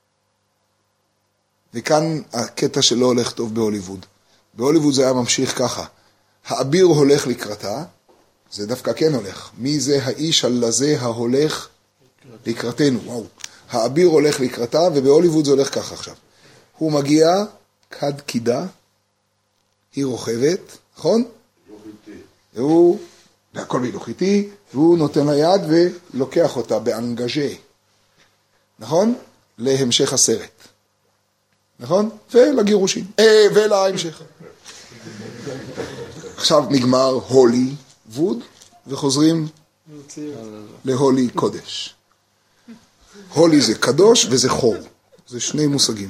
וכאן הקטע שלא הולך טוב בהוליווד. בהוליווד זה היה ממשיך ככה. האביר הולך לקראתה, זה דווקא כן הולך. מי זה האיש הלזה ההולך לקראתנו? וואו. האביר הולך לקראתה, ובהוליווד זה הולך ככה עכשיו. הוא מגיע, כד קידה, היא רוכבת, נכון? והוא, והכל בהילוך איתי, והוא נותן לה יד ולוקח אותה באנגז'ה. נכון? להמשך הסרט. נכון? ולגירושים. אה, ולהמשך. עכשיו נגמר הולי ווד, וחוזרים להולי קודש. הולי זה קדוש וזה חור. זה שני מושגים.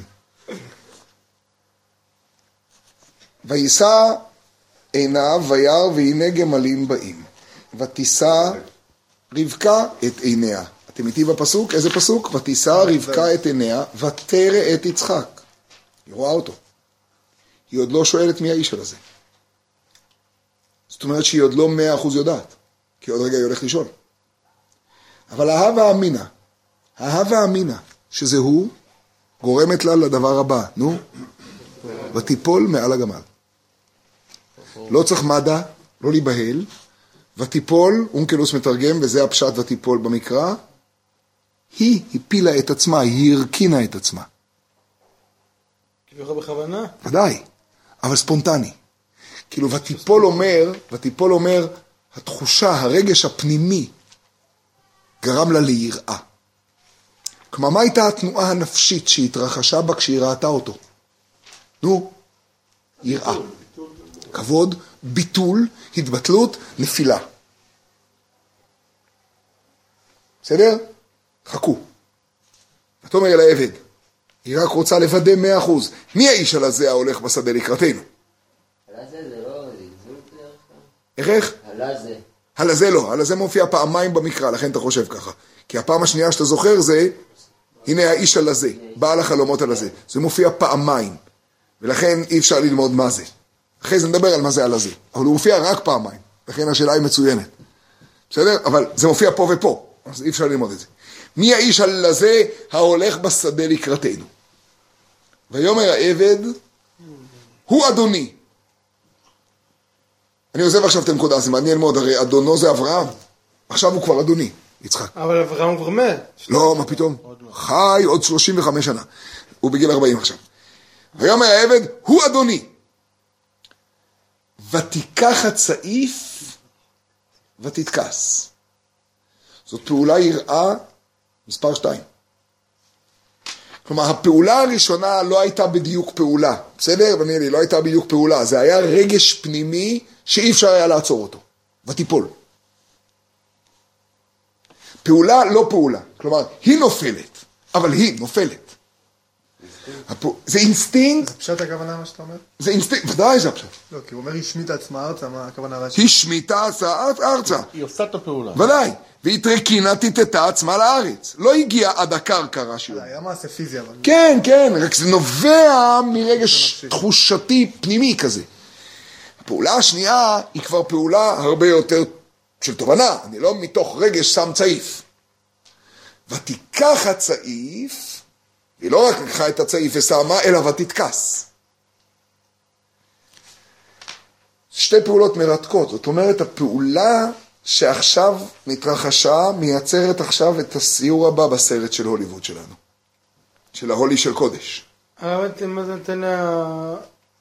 וישא עיניו וירא והנה גמלים באים. ותישא רבקה את עיניה. אתם איתי בפסוק? איזה פסוק? ותישא רבקה את עיניה ותרא את יצחק. היא רואה אותו. היא עוד לא שואלת מי האיש הזה. זאת אומרת שהיא עוד לא מאה אחוז יודעת, כי עוד רגע היא הולכת לישון. אבל ההווה אמינה, ההווה אמינה, שזה הוא, גורמת לה לדבר הבא, נו, ותיפול מעל הגמל. לא צריך מדע, לא להיבהל, ותיפול, אונקלוס מתרגם, וזה הפשט ותיפול במקרא, היא הפילה את עצמה, היא הרקינה את עצמה. כביכול בכוונה? ודאי, אבל ספונטני. כאילו, ותיפול אומר, ותיפול אומר, התחושה, הרגש הפנימי, גרם לה ליראה. כלומר, מה הייתה התנועה הנפשית שהתרחשה בה כשהיא ראתה אותו? נו, יראה. כבוד, ביטול, התבטלות, נפילה. בסדר? חכו. אתה אומר אל העבד, היא רק רוצה לוודא מאה אחוז. מי האיש על הזה ההולך בשדה לקראתנו? הלזה זה לא זלזול דרך כלל? איך איך? הלזה. הלזה לא, הלזה מופיע פעמיים במקרא, לכן אתה חושב ככה. כי הפעם השנייה שאתה זוכר זה, הנה האיש הלזה, בעל החלומות הלזה. זה מופיע פעמיים, ולכן אי אפשר ללמוד מה זה. אחרי זה נדבר על מה זה הלזה, אבל הוא מופיע רק פעמיים, לכן השאלה היא מצוינת. בסדר? אבל זה מופיע פה ופה, אז אי אפשר ללמוד את זה. מי האיש הלזה ההולך בשדה לקראתנו? ויאמר העבד, הוא אדוני. אני עוזב עכשיו את הנקודה, זה מעניין מאוד, הרי אדונו זה אברהם, עכשיו הוא כבר אדוני, יצחק. אבל אברהם כבר מת. לא, מה פתאום? חי עוד שלושים וחמש שנה, הוא בגיל ארבעים עכשיו. ויאמר העבד, הוא אדוני. ותיקח הצעיף ותתכס. זאת פעולה יראה מספר שתיים. כלומר, הפעולה הראשונה לא הייתה בדיוק פעולה. בסדר? במילי, לא הייתה בדיוק פעולה. זה היה רגש פנימי שאי אפשר היה לעצור אותו. ותיפול. פעולה לא פעולה. כלומר, היא נופלת, אבל היא נופלת. זה אינסטינקט. זה פשט הכוונה מה שאתה אומר? זה אינסטינקט, ודאי זה הפשט. לא, כי הוא אומר, היא שמיטה עצמה ארצה, מה הכוונה רש"י? היא שמיטה ארצה. היא עושה את הפעולה. ודאי. והיא תרקינה תיתתה עצמה לארץ. לא הגיעה עד הקרקע רש"י. היה מעשה פיזי, אבל... כן, כן, רק זה נובע מרגש תחושתי פנימי כזה. הפעולה השנייה היא כבר פעולה הרבה יותר של תובנה. אני לא מתוך רגש שם צעיף. ותיקח הצעיף, היא לא רק לקחה את הצעיף ושמה, אלא ותתכס. שתי פעולות מרתקות. זאת אומרת, הפעולה שעכשיו מתרחשה, מייצרת עכשיו את הסיור הבא בסרט של הוליווד שלנו. של ההולי של קודש. אבל מה זה נותן לה...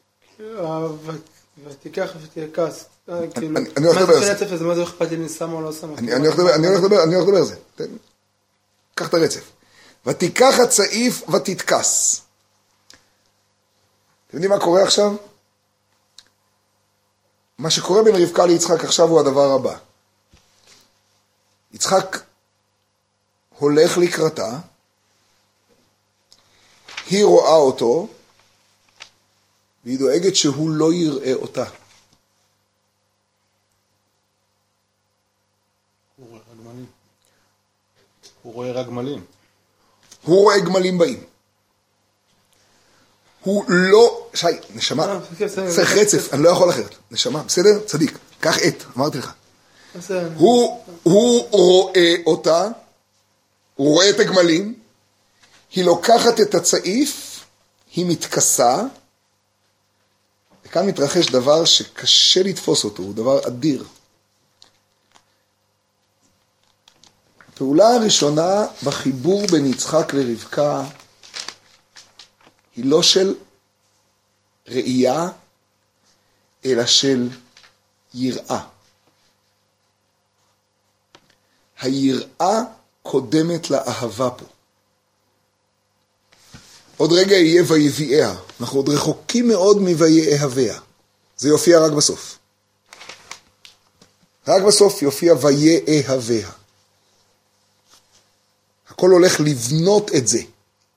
ותיקח ותתכס. אני הולך לדבר על זה. מה זה אכפת לי, אני שמה או לא שמה? אני הולך לדבר, אני הולך לדבר, אני הולך לדבר על זה. קח את הרצף. ותיקח הצעיף ותתכס. אתם יודעים מה קורה עכשיו? מה שקורה בין רבקה ליצחק עכשיו הוא הדבר הבא. יצחק הולך לקראתה, היא רואה אותו, והיא דואגת שהוא לא יראה אותה. הוא רואה רגמלים. הוא רואה רגמלים. הוא רואה גמלים באים. הוא לא... שי, נשמה, צריך רצף, אני לא יכול אחרת. נשמה, בסדר? צדיק, קח את, אמרתי לך. הוא, הוא רואה אותה, הוא רואה את הגמלים, היא לוקחת את הצעיף, היא מתכסה, וכאן מתרחש דבר שקשה לתפוס אותו, הוא דבר אדיר. הפעולה הראשונה בחיבור בין יצחק לרבקה היא לא של ראייה, אלא של יראה. היראה קודמת לאהבה פה. עוד רגע יהיה ויביאיה. אנחנו עוד רחוקים מאוד מויאהביה. זה יופיע רק בסוף. רק בסוף יופיע ויאהביה. הכל הולך לבנות את זה.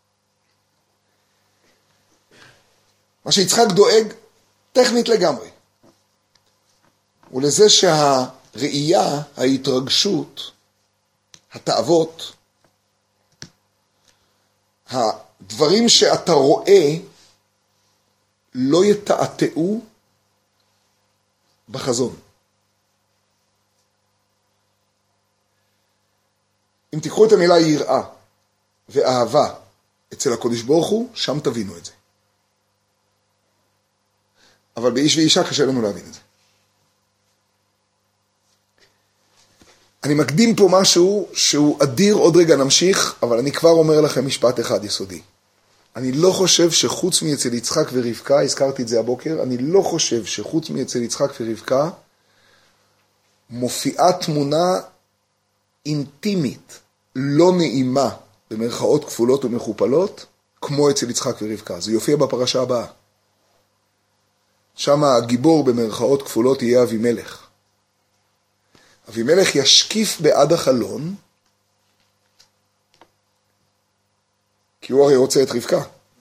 מה שיצחק דואג טכנית לגמרי. ולזה שהראייה, ההתרגשות, התאוות, הדברים שאתה רואה לא יתעתעו בחזון. אם תיקחו את המילה יראה ואהבה אצל הקודש ברוך הוא, שם תבינו את זה. אבל באיש ואישה קשה לנו להבין את זה. אני מקדים פה משהו שהוא אדיר, עוד רגע נמשיך, אבל אני כבר אומר לכם משפט אחד יסודי. אני לא חושב שחוץ מאצל יצחק ורבקה, הזכרתי את זה הבוקר, אני לא חושב שחוץ מאצל יצחק ורבקה, מופיעה תמונה אינטימית, לא נעימה, במרכאות כפולות ומכופלות, כמו אצל יצחק ורבקה. זה יופיע בפרשה הבאה. שם הגיבור במרכאות כפולות יהיה אבימלך. אבימלך ישקיף בעד החלון, כי הוא הרי רוצה את רבקה.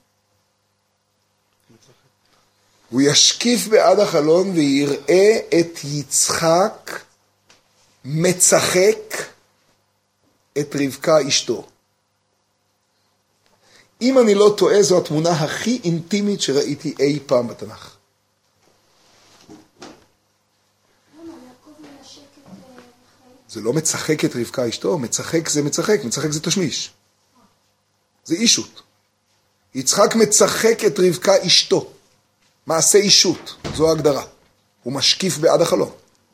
הוא ישקיף בעד החלון ויראה את יצחק מצחק את רבקה אשתו. אם אני לא טועה, זו התמונה הכי אינטימית שראיתי אי פעם בתנ"ך. זה לא מצחק את רבקה אשתו, מצחק זה מצחק, מצחק זה תשמיש. זה אישות. יצחק מצחק את רבקה אשתו. מעשה אישות, זו ההגדרה. הוא משקיף בעד החלון.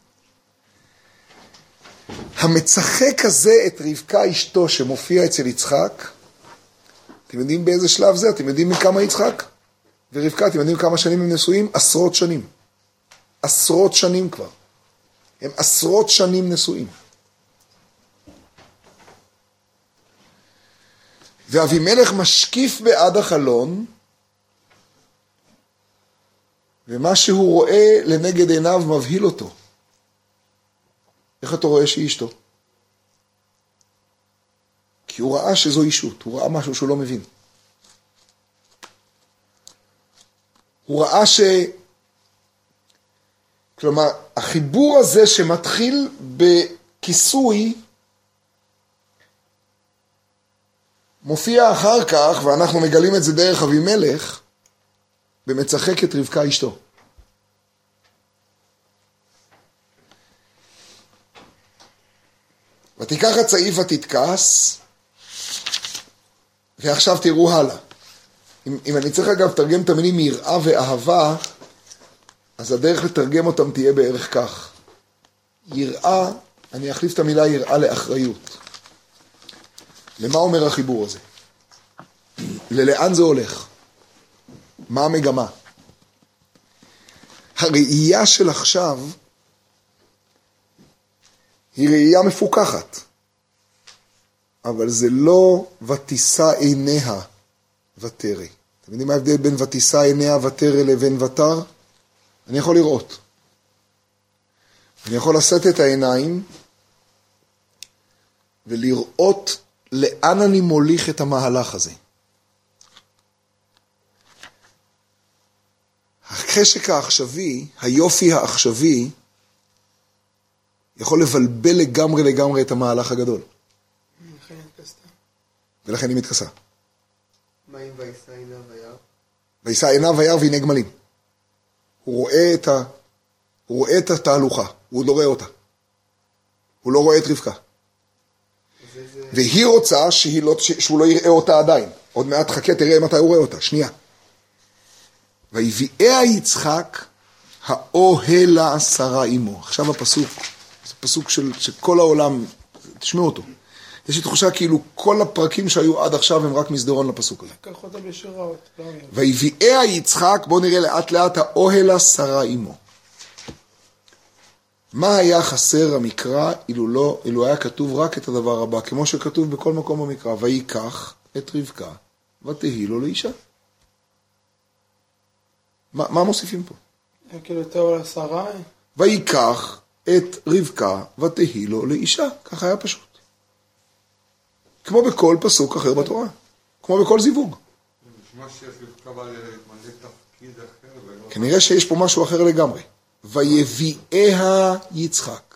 המצחק הזה את רבקה אשתו שמופיע אצל יצחק, אתם יודעים באיזה שלב זה? אתם יודעים מכמה יצחק? ורבקה, אתם יודעים כמה שנים הם נשואים? עשרות שנים. עשרות שנים כבר. הם עשרות שנים נשואים. ואבימלך משקיף בעד החלון, ומה שהוא רואה לנגד עיניו מבהיל אותו. איך אתה רואה שהיא אשתו? כי הוא ראה שזו אישות, הוא ראה משהו שהוא לא מבין. הוא ראה ש... כלומר, החיבור הזה שמתחיל בכיסוי, מופיע אחר כך, ואנחנו מגלים את זה דרך אבימלך, ומצחק את רבקה אשתו. ותיקח הצעיף ותתכס, ועכשיו תראו הלאה. אם, אם אני צריך אגב תרגם את המילים מיראה ואהבה, אז הדרך לתרגם אותם תהיה בערך כך. יראה, אני אחליף את המילה יראה לאחריות. למה אומר החיבור הזה? ללאן זה הולך? מה המגמה? הראייה של עכשיו היא ראייה מפוקחת, אבל זה לא ותישא עיניה ותרא. אתם יודעים מה ההבדל בין ותישא עיניה ותרא לבין ותר? אני יכול לראות. אני יכול לשאת את העיניים ולראות לאן אני מוליך את המהלך הזה. החשק העכשווי, היופי העכשווי, יכול לבלבל לגמרי לגמרי את המהלך הגדול. לכן התכסתה. ולכן היא מתכסה. מה אם וישא עיניו וירא? וישא עיניו וירא והנה גמלים. הוא רואה את ה... הוא רואה את התהלוכה, הוא לא רואה אותה. הוא לא רואה את רבקה. זה, זה... והיא רוצה שהיא לא, שהוא לא יראה אותה עדיין. עוד מעט חכה, תראה מתי הוא רואה אותה. שנייה. ויביאה יצחק האוהלה שרה עמו. עכשיו הפסוק, זה פסוק של, של כל העולם, תשמעו אותו. יש לי תחושה כאילו כל הפרקים שהיו עד עכשיו הם רק מסדרון לפסוק הזה. לקח אותה בשירות. ויביאה יצחק, בואו נראה לאט לאט, האוהלה שרה עמו. מה היה חסר המקרא אילו, לא, אילו היה כתוב רק את הדבר הבא, כמו שכתוב בכל מקום במקרא, ויקח את רבקה ותהי לו לאישה. מה, מה מוסיפים פה? כאילו יותר על השרה. ויקח את רבקה ותהי לו לאישה. ככה היה פשוט. כמו בכל פסוק אחר בתורה. כמו בכל זיווג. נשמע שרבקה בא להתמלא תפקיד אחר ולא... כנראה שיש פה משהו אחר לגמרי. ויביאה יצחק.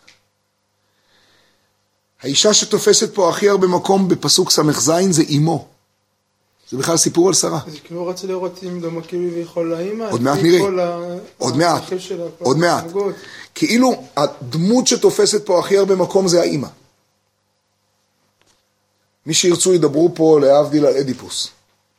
האישה שתופסת פה הכי הרבה מקום בפסוק סמך זין זה אמו. זה בכלל סיפור על שרה. אז כאילו רצה לראות אם דומה כאילו ויכול לאמא. עוד מעט נראה. עוד מעט. עוד מעט. כאילו הדמות שתופסת פה הכי הרבה מקום זה האמא. מי שירצו ידברו פה להבדיל על אדיפוס.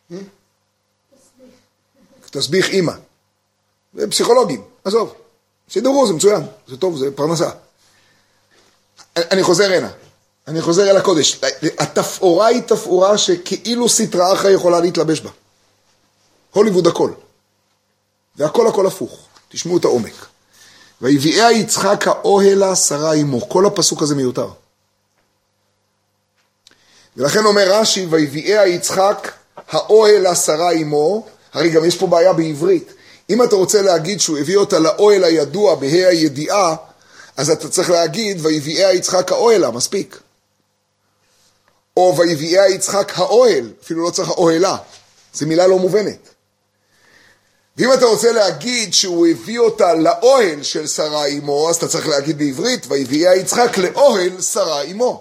תסביך אימא. זה פסיכולוגים, עזוב. שידברו, זה מצוין, זה טוב, זה פרנסה. אני חוזר הנה, אני חוזר אל הקודש. התפאורה היא תפאורה שכאילו סטרה אחרי יכולה להתלבש בה. הוליווד הכל. והכל הכל הפוך. תשמעו את העומק. ויביאה יצחק האוהלה שרה עמו. כל הפסוק הזה מיותר. ולכן אומר רש"י, ויביאה יצחק האוהלה שרה עמו. הרי גם יש פה בעיה בעברית. אם אתה רוצה להגיד שהוא הביא אותה לאוהל הידוע בה"א הידיעה, אז אתה צריך להגיד, ויביאה יצחק האוהלה, מספיק. או ויביאה יצחק האוהל, אפילו לא צריך האוהלה. זו מילה לא מובנת. ואם אתה רוצה להגיד שהוא הביא אותה לאוהל של שרה עמו, אז אתה צריך להגיד בעברית, ויביאה יצחק לאוהל שרה עמו.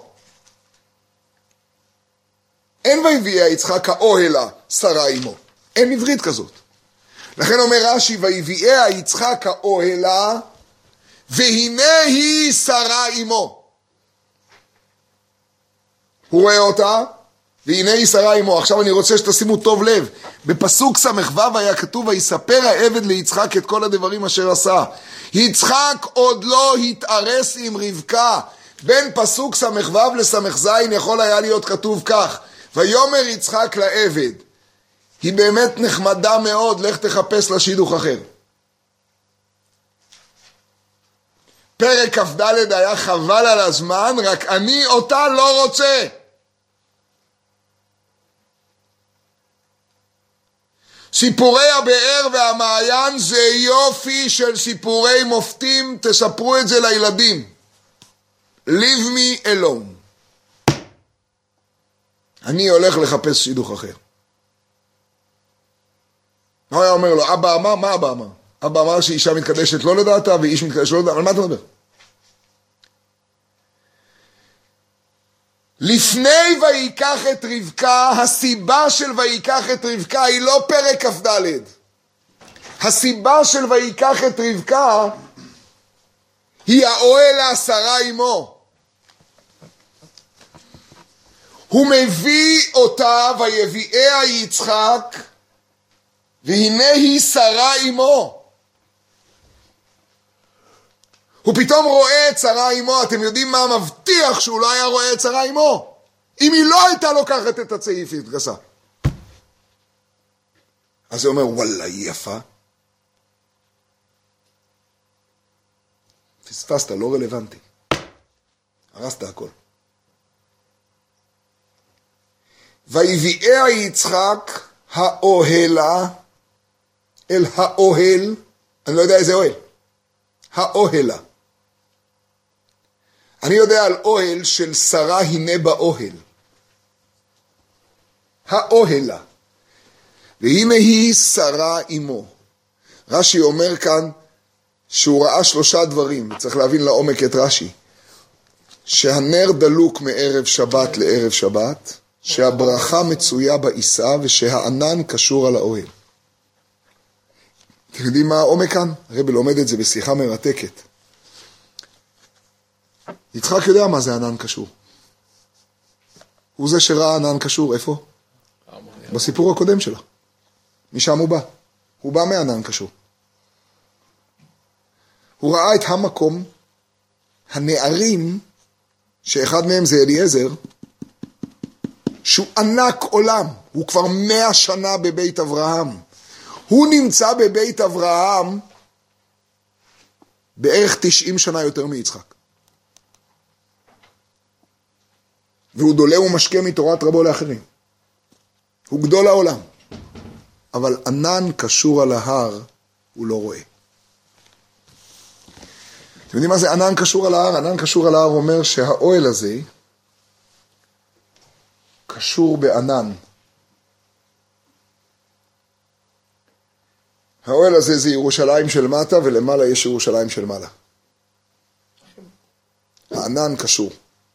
אין ויביאה יצחק האוהלה שרה עמו. אין עברית כזאת. לכן אומר רש"י, ויביאה יצחק האוהלה, והנה היא שרה עמו. הוא רואה אותה, והנה היא שרה עמו. עכשיו אני רוצה שתשימו טוב לב. בפסוק ס"ו היה כתוב, ויספר העבד ליצחק את כל הדברים אשר עשה. יצחק עוד לא התארס עם רבקה. בין פסוק ס"ו לס"ז יכול היה להיות כתוב כך, ויאמר יצחק לעבד. היא באמת נחמדה מאוד, לך תחפש לה שידוך אחר. פרק כ"ד היה חבל על הזמן, רק אני אותה לא רוצה. סיפורי הבאר והמעיין זה יופי של סיפורי מופתים, תספרו את זה לילדים. Leave me alone. אני הולך לחפש שידוך אחר. מה היה אומר לו? אבא אמר? מה אבא אמר? אבא אמר שאישה מתקדשת לא לדעתה ואיש מתקדש לא לדעתה. על מה אתה מדבר? לפני ויקח את רבקה, הסיבה של ויקח את רבקה היא לא פרק כ"ד. הסיבה של ויקח את רבקה היא האוהל השרה עמו. הוא מביא אותה ויביאה יצחק, והנה היא שרה עמו. הוא פתאום רואה את שרה עמו. אתם יודעים מה מבטיח שהוא לא היה רואה את שרה עמו? אם היא לא הייתה לוקחת את הצעיפית גסה. אז הוא אומר, וואלה, היא יפה. פספסת, לא רלוונטי. הרסת הכל. ויביאה יצחק האוהלה אל האוהל, אני לא יודע איזה אוהל, האוהלה. אני יודע על אוהל של שרה הנה באוהל. האוהלה. והנה היא שרה עמו. רש"י אומר כאן שהוא ראה שלושה דברים, צריך להבין לעומק את רש"י. שהנר דלוק מערב שבת לערב שבת, שהברכה מצויה בעיסה ושהענן קשור על האוהל. אתם יודעים מה העומק כאן? הרב לומד את זה בשיחה מרתקת. יצחק יודע מה זה ענן קשור. הוא זה שראה ענן קשור, איפה? בסיפור הקודם שלה. משם הוא בא. הוא בא מענן קשור. הוא ראה את המקום, הנערים, שאחד מהם זה אליעזר, שהוא ענק עולם. הוא כבר מאה שנה בבית אברהם. הוא נמצא בבית אברהם בערך תשעים שנה יותר מיצחק. והוא דולה ומשקה מתורת רבו לאחרים. הוא גדול העולם. אבל ענן קשור על ההר, הוא לא רואה. אתם יודעים מה זה ענן קשור על ההר? ענן קשור על ההר אומר שהאוהל הזה קשור בענן. האוהל הזה זה ירושלים של מטה, ולמעלה יש ירושלים של מעלה. הענן קשור.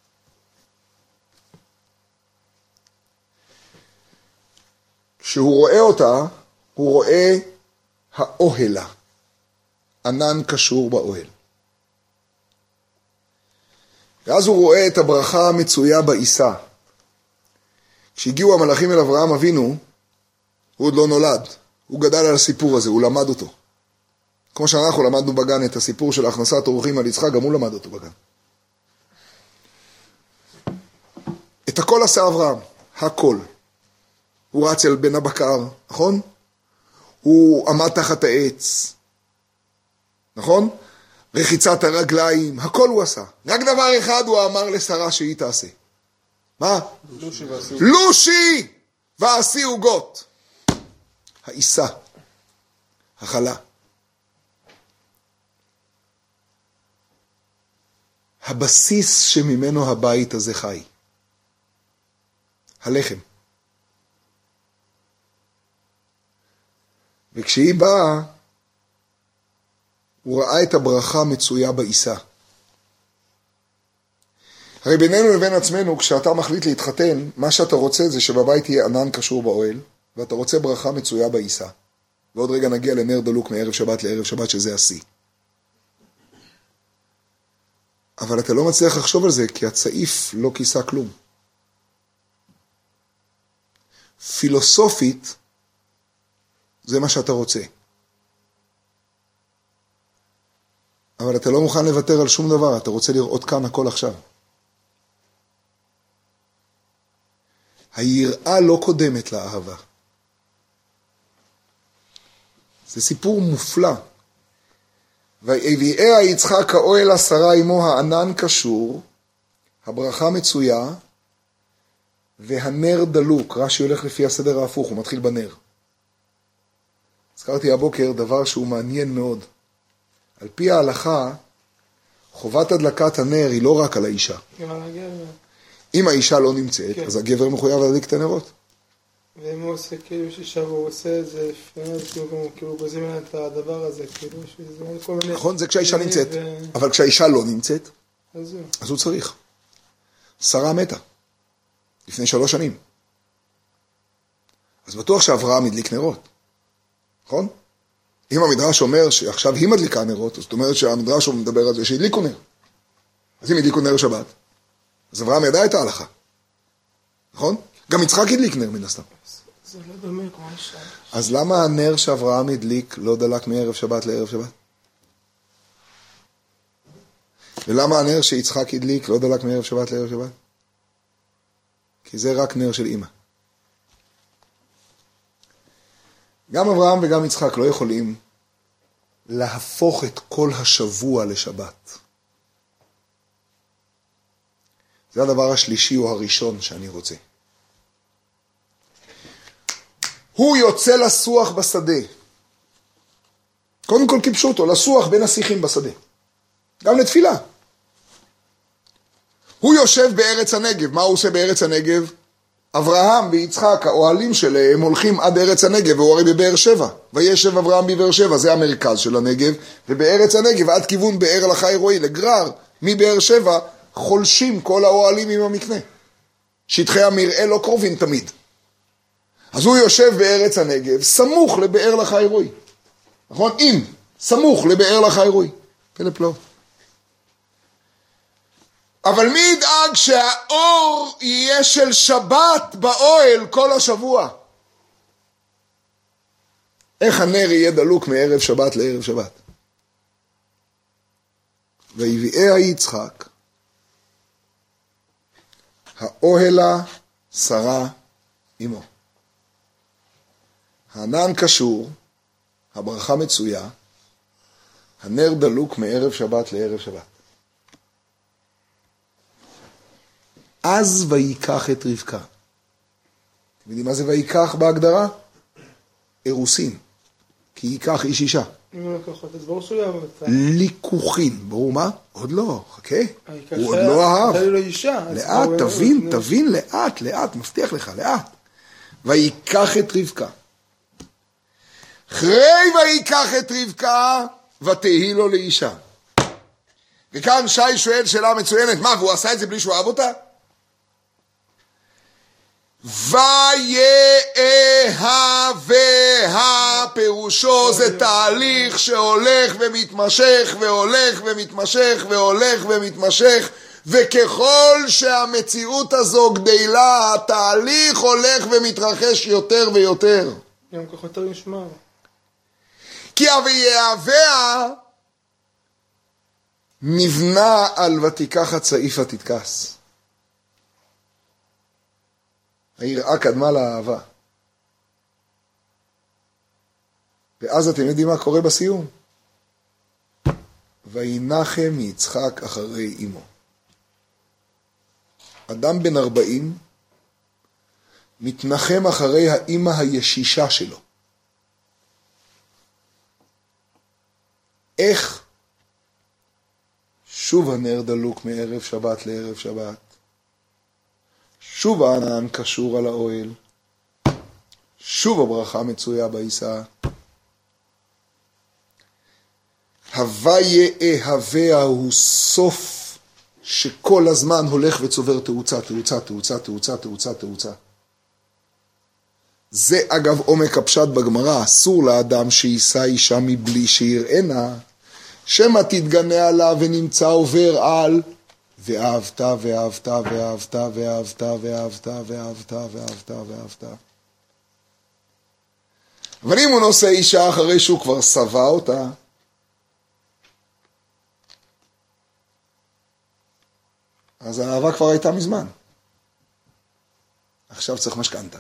כשהוא רואה אותה, הוא רואה האוהלה. ענן קשור באוהל. ואז הוא רואה את הברכה המצויה בעיסה. כשהגיעו המלאכים אל אברהם אבינו, הוא עוד לא נולד. הוא גדל על הסיפור הזה, הוא למד אותו. כמו שאנחנו למדנו בגן את הסיפור של הכנסת אורחים על יצחק, גם הוא למד אותו בגן. את הכל עשה אברהם, הכל. הוא רץ אל בן הבקר, נכון? הוא עמד תחת העץ, נכון? רחיצת הרגליים, הכל הוא עשה. רק דבר אחד הוא אמר לשרה שהיא תעשה. מה? לושי ועשי לושי ועשי עוגות. העיסה, החלה. הבסיס שממנו הבית הזה חי. הלחם. וכשהיא באה, הוא ראה את הברכה מצויה בעיסה. הרי בינינו לבין עצמנו, כשאתה מחליט להתחתן, מה שאתה רוצה זה שבבית יהיה ענן קשור באוהל, ואתה רוצה ברכה מצויה בעיסה. ועוד רגע נגיע לנר דלוק מערב שבת לערב שבת, שזה השיא. אבל אתה לא מצליח לחשוב על זה, כי הצעיף לא כיסה כלום. פילוסופית, זה מה שאתה רוצה. אבל אתה לא מוכן לוותר על שום דבר, אתה רוצה לראות כאן הכל עכשיו. היראה לא קודמת לאהבה. זה סיפור מופלא. והביאה יצחק האוהל השרה עמו, הענן קשור, הברכה מצויה, והנר דלוק. רש"י הולך לפי הסדר ההפוך, הוא מתחיל בנר. הזכרתי הבוקר דבר שהוא מעניין מאוד. על פי ההלכה, חובת הדלקת הנר היא לא רק על האישה. אם האישה לא נמצאת, כן. אז הגבר מחויב להדליק את הנרות. ואם הוא עושה כאילו שישה והוא עושה את זה לפני, כאילו גוזים עליהם את הדבר הזה, כאילו שזה כל מיני... נכון, זה כשהאישה נמצאת. ו... אבל כשהאישה לא נמצאת, אז, אז הוא צריך. שרה מתה, לפני שלוש שנים. אז בטוח שאברהם הדליק נרות. נכון? אם המדרש אומר שעכשיו היא מדליקה נרות, זאת אומרת שהמדרש הוא מדבר על זה שהדליקו נר. אז אם הדליקו נר שבת, אז אברהם ידע את ההלכה. נכון? גם יצחק הדליק נר מן הסתם. זה לא דומה כמו אישה. אז למה הנר שאברהם הדליק לא דלק מערב שבת לערב שבת? ולמה הנר שיצחק הדליק לא דלק מערב שבת לערב שבת? כי זה רק נר של אמא. גם אברהם וגם יצחק לא יכולים להפוך את כל השבוע לשבת. זה הדבר השלישי או הראשון שאני רוצה. הוא יוצא לסוח בשדה. קודם כל כיבשו אותו, לסוח בין השיחים בשדה. גם לתפילה. הוא יושב בארץ הנגב. מה הוא עושה בארץ הנגב? אברהם ויצחק, האוהלים שלהם, הולכים עד ארץ הנגב, והוא הרי בבאר שבע. וישב אברהם בבאר שבע, זה המרכז של הנגב, ובארץ הנגב, עד כיוון באר לחי רועי, לגרר, מבאר שבע, חולשים כל האוהלים עם המקנה. שטחי המרעה לא קרובים תמיד. אז הוא יושב בארץ הנגב, סמוך לבאר לחי רועי. נכון? אם, סמוך לבאר לחי רועי. פלא פלאות. אבל מי ידאג שהאור יהיה של שבת באוהל כל השבוע? איך הנר יהיה דלוק מערב שבת לערב שבת? ויביאה יצחק, האוהלה שרה עמו. הענן קשור, הברכה מצויה, הנר דלוק מערב שבת לערב שבת. אז ויקח את רבקה. אתם יודעים מה זה ויקח בהגדרה? אירוסין. כי ייקח איש אישה. אם הוא לקח אותה, אז ברור שהוא יאהב אותה. ליקוחין. ברור מה? עוד לא, חכה. הוא עוד לא אהב. לאט, תבין, תבין, לאט, לאט, מבטיח לך, לאט. ויקח את רבקה. אחרי ויקח את רבקה, ותהי לו לאישה. וכאן שי שואל שאלה מצוינת, מה, והוא עשה את זה בלי שהוא אהב אותה? ויאהבה, פירושו זה תהליך שהולך ומתמשך והולך ומתמשך והולך ומתמשך וככל שהמציאות הזו גדלה, התהליך הולך ומתרחש יותר ויותר. גם כך יותר נשמע. כי ויהביה נבנה על ותיקח הצעיפה תתכס. היראה קדמה לאהבה. ואז אתם יודעים מה קורה בסיום? וינחם יצחק אחרי אמו. אדם בן ארבעים מתנחם אחרי האמא הישישה שלו. איך? שוב הנר דלוק מערב שבת לערב שבת. שוב הענן קשור על האוהל. שוב הברכה מצויה בעיסה. הוויה אהביה הוא סוף שכל הזמן הולך וצובר תאוצה, תאוצה, תאוצה, תאוצה, תאוצה, תאוצה. זה אגב עומק הפשט בגמרא, אסור לאדם שיישא אישה מבלי שיראנה, שמא תתגנה עליו ונמצא עובר על ואהבת ואהבת ואהבת ואהבת ואהבת ואהבת ואהבת ואהבת. אבל אם הוא נושא אישה אחרי שהוא כבר סבא אותה, אז האהבה כבר הייתה מזמן. עכשיו צריך משכנתה.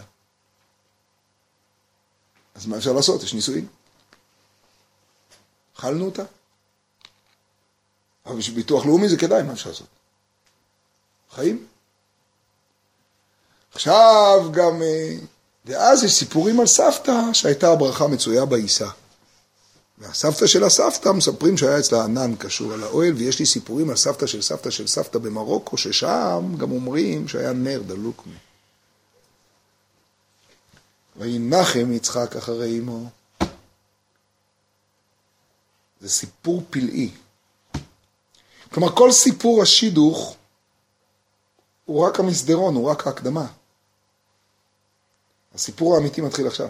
אז מה אפשר לעשות? יש נישואין. אכלנו אותה. אבל בשביל ביטוח לאומי זה כדאי, מה אפשר לעשות? חיים. עכשיו גם, ואז יש סיפורים על סבתא שהייתה הברכה מצויה בעיסה. והסבתא של הסבתא מספרים שהיה אצלה ענן קשור על האוהל, ויש לי סיפורים על סבתא של סבתא של סבתא במרוקו, ששם גם אומרים שהיה נר דלוק. וינחם יצחק אחרי אמו. זה סיפור פלאי. כלומר, כל סיפור השידוך הוא רק המסדרון, הוא רק ההקדמה. הסיפור האמיתי מתחיל עכשיו.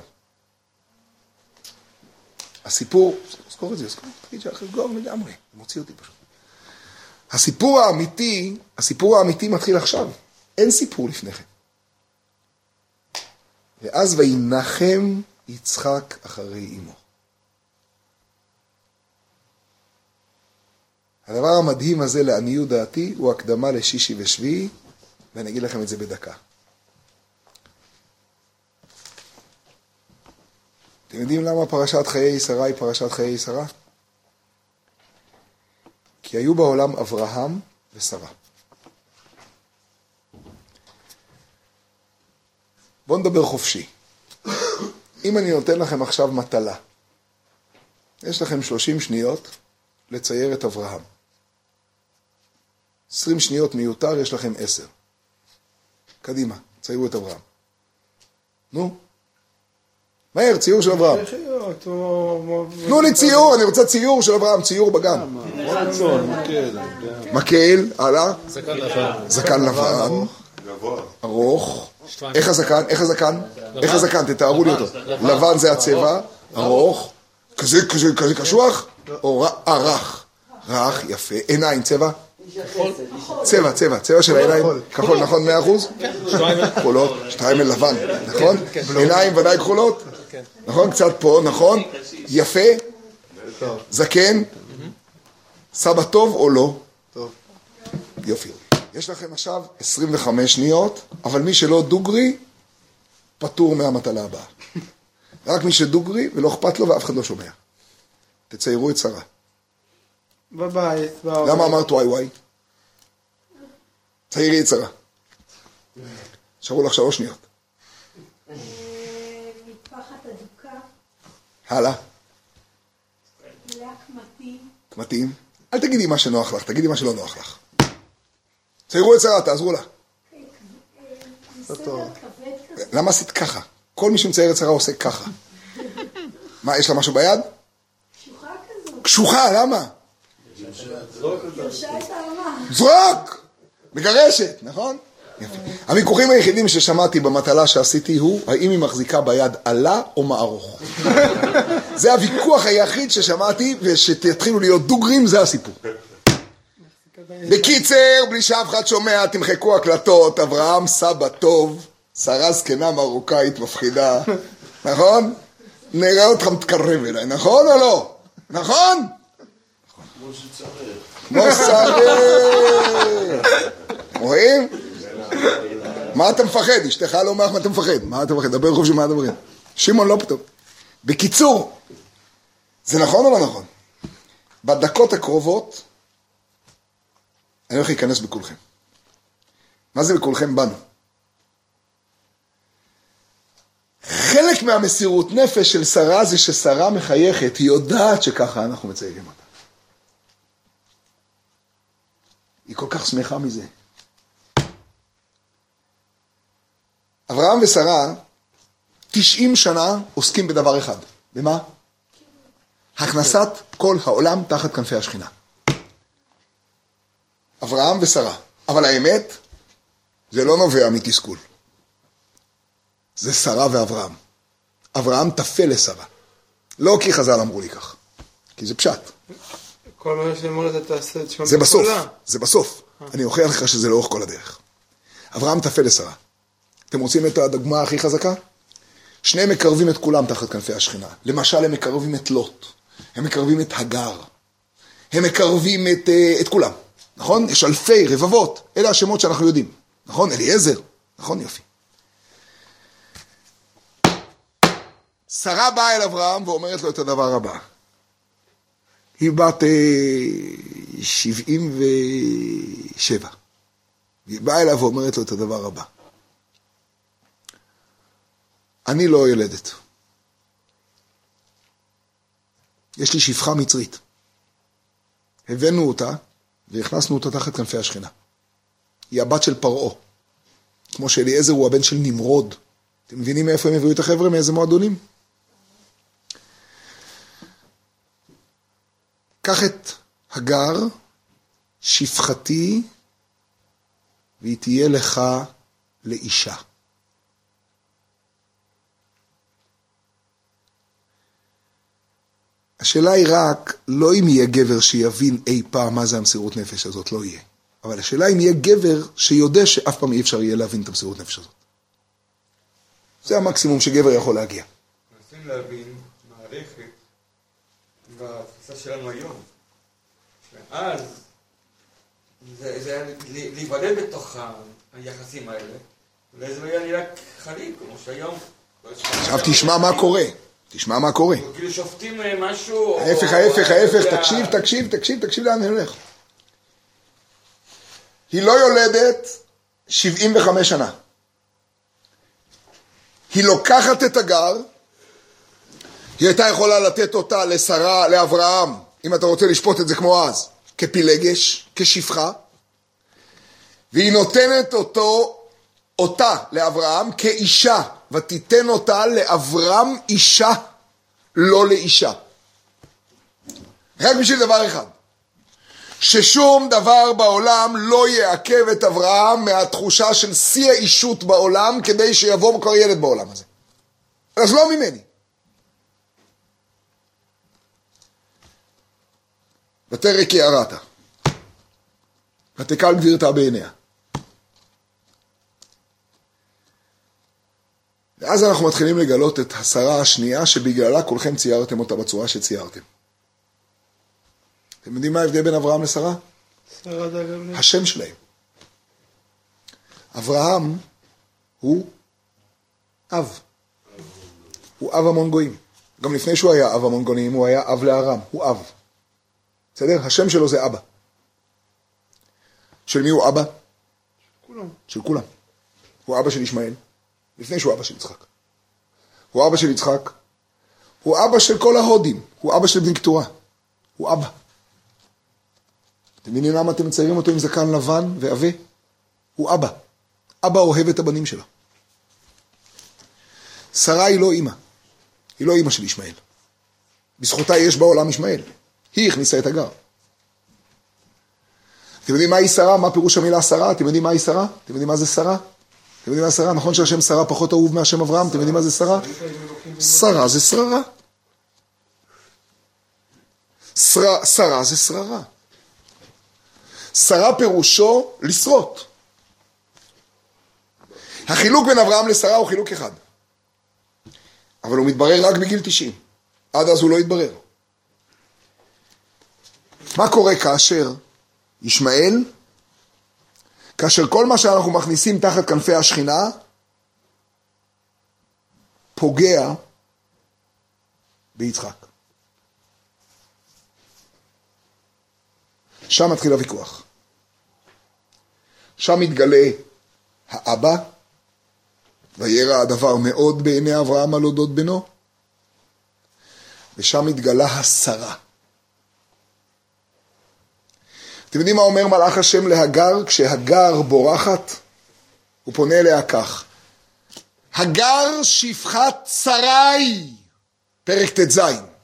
הסיפור, זכור את זה, זכור, תגיד שאחרי גור לגמרי, מוציא אותי פשוט. הסיפור האמיתי, הסיפור האמיתי מתחיל עכשיו. אין סיפור לפני כן. ואז וינחם יצחק אחרי אמו. הדבר המדהים הזה לעניות דעתי הוא הקדמה לשישי ושביעי, ואני אגיד לכם את זה בדקה. אתם יודעים למה פרשת חיי שרה היא פרשת חיי שרה? כי היו בעולם אברהם ושרה. בואו נדבר חופשי. אם אני נותן לכם עכשיו מטלה, יש לכם שלושים שניות לצייר את אברהם. עשרים שניות מיותר, יש לכם עשר. קדימה, ציירו את אברהם. נו. מהר, ציור של אברהם. תנו לי ציור, אני רוצה ציור של אברהם, ציור בגן. מקל, הלאה. זקן לבן. זקן לבן. ארוך. איך הזקן? איך הזקן? איך הזקן? תתארו לי אותו. לבן זה הצבע, ארוך. כזה, כזה, כזה קשוח? או רך. רך, יפה. עיניים, צבע? צבע, צבע, צבע של העיניים. כחול, נכון, מאה אחוז? כחולות, שתיים אל לבן, נכון? עיניים ודאי כחולות? נכון, קצת פה, נכון? יפה? זקן? סבא טוב או לא? טוב. יופי. יש לכם עכשיו עשרים וחמש שניות, אבל מי שלא דוגרי, פטור מהמטלה הבאה. רק מי שדוגרי ולא אכפת לו ואף אחד לא שומע. תציירו את שרה. בבית. למה אמרת וואי וואי? ציירי את שרה. שרו לך שלוש שניות. מטפחת אדוקה. הלאה. מילה קמטים. קמטים. אל תגידי מה שנוח לך, תגידי מה שלא נוח לך. ציירו את שרה, תעזרו לה. למה עשית ככה? כל מי שמצייר את שרה עושה ככה. מה, יש לה משהו ביד? קשוחה כזו. קשוחה, למה? קרשה את הרמה. זרוק! מגרשת, נכון? יפה. המיקוחים היחידים ששמעתי במטלה שעשיתי הוא, האם היא מחזיקה ביד עלה או מערוך. זה הוויכוח היחיד ששמעתי, ושתתחילו להיות דוגרים, זה הסיפור. בקיצר, בלי שאף אחד שומע, תמחקו הקלטות, אברהם סבא טוב, שרה זקנה מרוקאית מפחידה, נכון? נראה אותך מתקרב אליי, נכון או לא? נכון? כמו שצריך. כמו שצריך. רואים? מה אתה מפחד? אשתך לא אומר מה אתה מפחד. מה אתה מפחד? דבר חופשי מה אתה מפחד. שמעון לא פתאום. בקיצור, זה נכון או לא נכון? בדקות הקרובות, אני הולך להיכנס בכולכם. מה זה בכולכם? בנו. חלק מהמסירות נפש של שרה זה ששרה מחייכת, היא יודעת שככה אנחנו מציירים אותה. היא כל כך שמחה מזה. אברהם ושרה, תשעים שנה עוסקים בדבר אחד. במה? הכנסת כל העולם תחת כנפי השכינה. אברהם ושרה. אבל האמת, זה לא נובע מתסכול. זה שרה ואברהם. אברהם תפל לשרה. לא כי חז"ל אמרו לי כך. כי זה פשט. כל מה שאמרו אתה תעשה, תשמע זה בסוף. בכולה. זה בסוף. אני אוכיח לך שזה לאורך כל הדרך. אברהם תפל לשרה. אתם רוצים את הדוגמה הכי חזקה? שניהם מקרבים את כולם תחת כנפי השכינה. למשל, הם מקרבים את לוט. הם מקרבים את הגר. הם מקרבים את, את כולם. נכון? יש אלפי, רבבות. אלה השמות שאנחנו יודעים. נכון? אליעזר. נכון? יופי. שרה באה אל אברהם ואומרת לו את הדבר הבא. היא בת שבעים ושבע. והיא באה אליו ואומרת לו את הדבר הבא. אני לא ילדת. יש לי שפחה מצרית. הבאנו אותה והכנסנו אותה תחת כנפי השכינה. היא הבת של פרעה. כמו שאליעזר הוא הבן של נמרוד. אתם מבינים מאיפה הם הביאו את החבר'ה? מאיזה מועדונים? קח את הגר, שפחתי, והיא תהיה לך לאישה. השאלה היא רק, לא אם יהיה גבר שיבין אי פעם מה זה המסירות נפש הזאת, לא יהיה. אבל השאלה אם יהיה גבר שיודע שאף פעם אי אפשר יהיה להבין את המסירות נפש הזאת. זה המקסימום שגבר יכול להגיע. מנסים להבין מערכת בתפיסה שלנו היום. אז זה, זה להיוולד בתוך היחסים האלה, וזה לא יהיה נראה חריג, כמו שהיום. עכשיו תשמע מה קורה. תשמע מה קורה. כאילו שופטים משהו... ההפך, ההפך, ההפך, תקשיב, תקשיב, תקשיב, תקשיב לאן אני הולך. היא לא יולדת שבעים וחמש שנה. היא לוקחת את הגר, היא הייתה יכולה לתת אותה לשרה, לאברהם, אם אתה רוצה לשפוט את זה כמו אז, כפילגש, כשפחה, והיא נותנת אותו, אותה לאברהם כאישה, ותיתן אותה לאברהם אישה, לא לאישה. רק בשביל דבר אחד, ששום דבר בעולם לא יעכב את אברהם מהתחושה של שיא האישות בעולם, כדי שיבוא כבר ילד בעולם הזה. אז לא ממני. ותרק יערתה, ותקל גבירתה בעיניה. ואז אנחנו מתחילים לגלות את השרה השנייה, שבגללה כולכם ציירתם אותה בצורה שציירתם. אתם יודעים מה ההבדל בין אברהם לשרה? שרה דאגה. השם שלהם. אברהם הוא אב. הוא אב המון גויים. גם לפני שהוא היה אב המון גויים, הוא היה אב לארם. הוא אב. בסדר? השם שלו זה אבא. של מי הוא אבא? של כולם. של כולם. הוא אבא של ישמעאל, לפני שהוא אבא של יצחק. הוא אבא של יצחק. הוא אבא של כל ההודים. הוא אבא של בני קטורה. הוא אבא. אתם מבינים למה אתם מציירים אותו עם זקן לבן ועבה? הוא אבא. אבא אוהב את הבנים שלו. שרה היא לא אמא. היא לא אמא של ישמעאל. בזכותה יש בעולם ישמעאל. היא הכניסה את הגר. אתם יודעים מה היא שרה? מה פירוש המילה שרה? אתם יודעים מה היא שרה? אתם יודעים מה זה שרה? אתם יודעים מה זה שרה? נכון שהשם שרה פחות אהוב מהשם אברהם? אתם יודעים מה זה שרה? שרה זה שררה. שרה זה שררה. שרה פירושו לשרוט. החילוק בין אברהם לשרה הוא חילוק אחד. אבל הוא מתברר רק בגיל תשעים. עד אז הוא לא יתברר. מה קורה כאשר ישמעאל, כאשר כל מה שאנחנו מכניסים תחת כנפי השכינה, פוגע ביצחק. שם מתחיל הוויכוח. שם מתגלה האבא, וירא הדבר מאוד בעיני אברהם על אודות בנו, ושם מתגלה השרה. אתם יודעים מה אומר מלאך השם להגר? כשהגר בורחת, הוא פונה אליה כך. הגר שפחת שרי, פרק ת'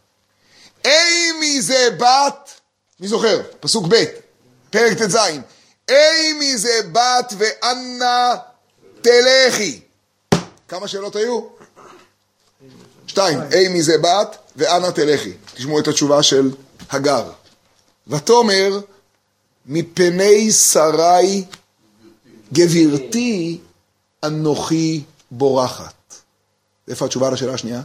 אימי זה בת, מי זוכר? פסוק ב', פרק ת' אימי זה בת ואנה תלכי. כמה שאלות היו? שתיים, אימי זה בת ואנה תלכי. תשמעו את התשובה של הגר. ותאמר, מפני שרי גבירתי אנוכי בורחת. איפה התשובה לשאלה השנייה?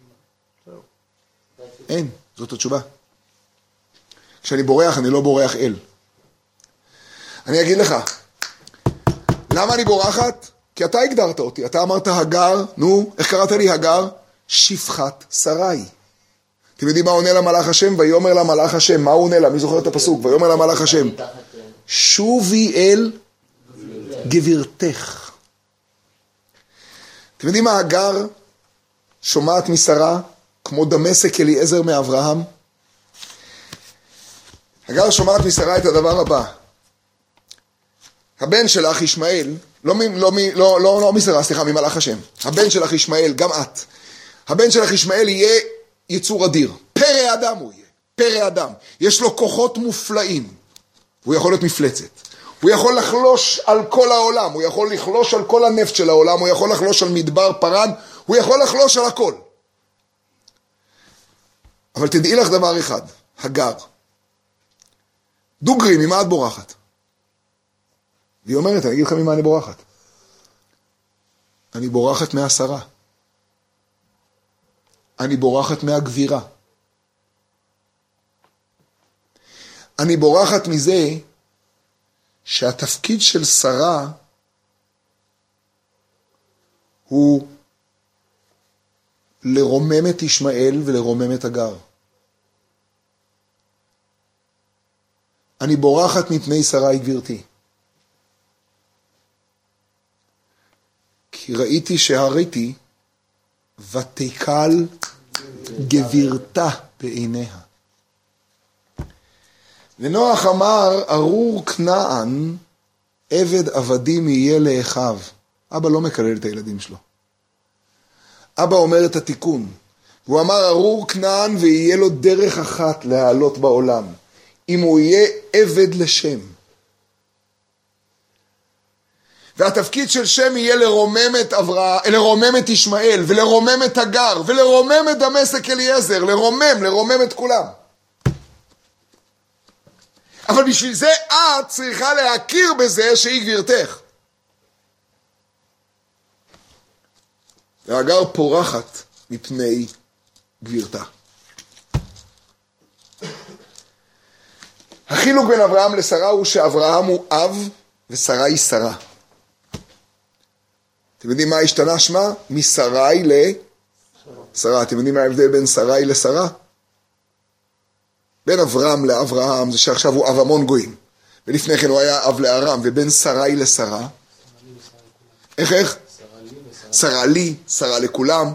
אין, זאת התשובה. כשאני בורח, אני לא בורח אל. אני אגיד לך, למה אני בורחת? כי אתה הגדרת אותי, אתה אמרת הגר, נו, איך קראת לי הגר? שפחת שרי. אתם יודעים מה עונה למלאך השם? ויאמר למלאך השם, מה הוא עונה לה? מי זוכר את הפסוק? ויאמר למלאך השם, שובי אל גבירתך. אתם יודעים מה הגר שומעת משרה, כמו דמשק אליעזר מאברהם? הגר שומעת משרה את הדבר הבא. הבן שלך ישמעאל, לא, לא, לא, לא, לא משרה, סליחה, ממלאך השם. הבן שלך ישמעאל, גם את. הבן שלך ישמעאל יהיה יצור אדיר. פרא אדם הוא יהיה. פרא אדם. יש לו כוחות מופלאים. הוא יכול להיות מפלצת. הוא יכול לחלוש על כל העולם. הוא יכול לחלוש על כל הנפט של העולם. הוא יכול לחלוש על מדבר פרן. הוא יכול לחלוש על הכל. אבל תדעי לך דבר אחד. הגר. דוגרי, ממה את בורחת? והיא אומרת, אני אגיד לך ממה אני בורחת. אני בורחת מהשרה. אני בורחת מהגבירה. אני בורחת מזה שהתפקיד של שרה הוא לרומם את ישמעאל ולרומם את הגר. אני בורחת מפני שרי גבירתי. כי ראיתי שהריתי ותקל גבירתה בעיניה. ונוח אמר, ארור כנען, עבד עבדים יהיה לאחיו. אבא לא מקלל את הילדים שלו. אבא אומר את התיקון. הוא אמר, ארור כנען ויהיה לו דרך אחת להעלות בעולם. אם הוא יהיה עבד לשם. והתפקיד של שם יהיה לרומם את אברהם, לרומם את ישמעאל, ולרומם את הגר, ולרומם את דמשק אליעזר, לרומם, לרומם את כולם. אבל בשביל זה את צריכה להכיר בזה שהיא גבירתך. והגר פורחת מפני גבירתה. החילוק בין אברהם לשרה הוא שאברהם הוא אב ושרה היא שרה. אתם יודעים מה השתנה שמה? משרי לשרה. אתם יודעים מה ההבדל בין שרי לשרה? בין אברהם לאברהם זה שעכשיו הוא אב המון גויים. ולפני כן הוא היה אב לארם. ובין שרי לשרה? איך איך? שרה לי, שרה לכולם.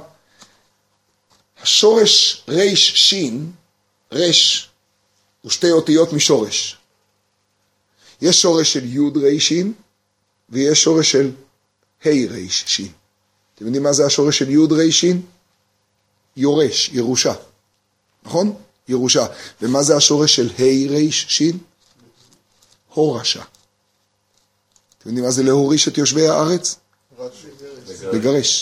השורש ריש שין, רש, הוא שתי אותיות משורש. יש שורש של יוד רישין, ויש שורש של ה' רישין. אתם יודעים מה זה השורש של יוד רישין? יורש, ירושה. נכון? ירושה. ומה זה השורש של ה' רישין? הורשה. אתם יודעים מה זה להוריש את יושבי הארץ? לגרש.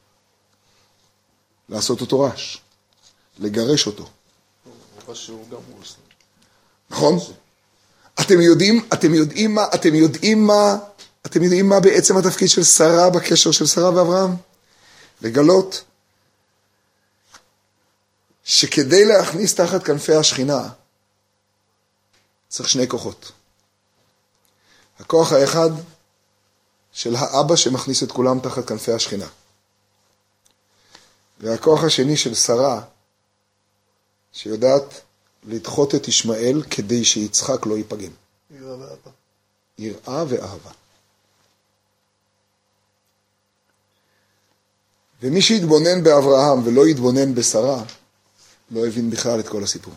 לעשות אותו רש. לגרש אותו. נכון? אתם יודעים, אתם יודעים מה, אתם יודעים מה, אתם יודעים מה בעצם התפקיד של שרה בקשר של שרה ואברהם? לגלות שכדי להכניס תחת כנפי השכינה צריך שני כוחות. הכוח האחד של האבא שמכניס את כולם תחת כנפי השכינה. והכוח השני של שרה שיודעת לדחות את ישמעאל כדי שיצחק לא ייפגם. יראה ואהבה. יראה ואהבה. ומי שהתבונן באברהם ולא התבונן בשרה, לא הבין בכלל את כל הסיפור.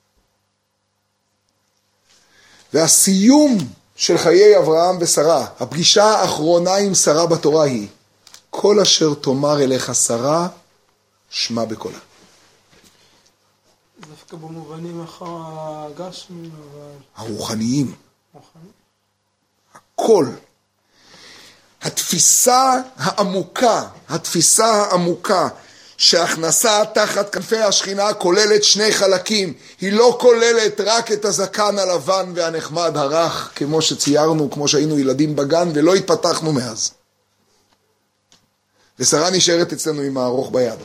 והסיום של חיי אברהם ושרה, הפגישה האחרונה עם שרה בתורה היא, כל אשר תאמר אליך שרה, שמע בקולה. דווקא במובנים אחר הגשמים, אבל... הרוחניים. רוחני. הכל. התפיסה העמוקה, התפיסה העמוקה, שהכנסה תחת כנפי השכינה כוללת שני חלקים. היא לא כוללת רק את הזקן הלבן והנחמד הרך, כמו שציירנו, כמו שהיינו ילדים בגן, ולא התפתחנו מאז. ושרה נשארת אצלנו עם הארוך ביד.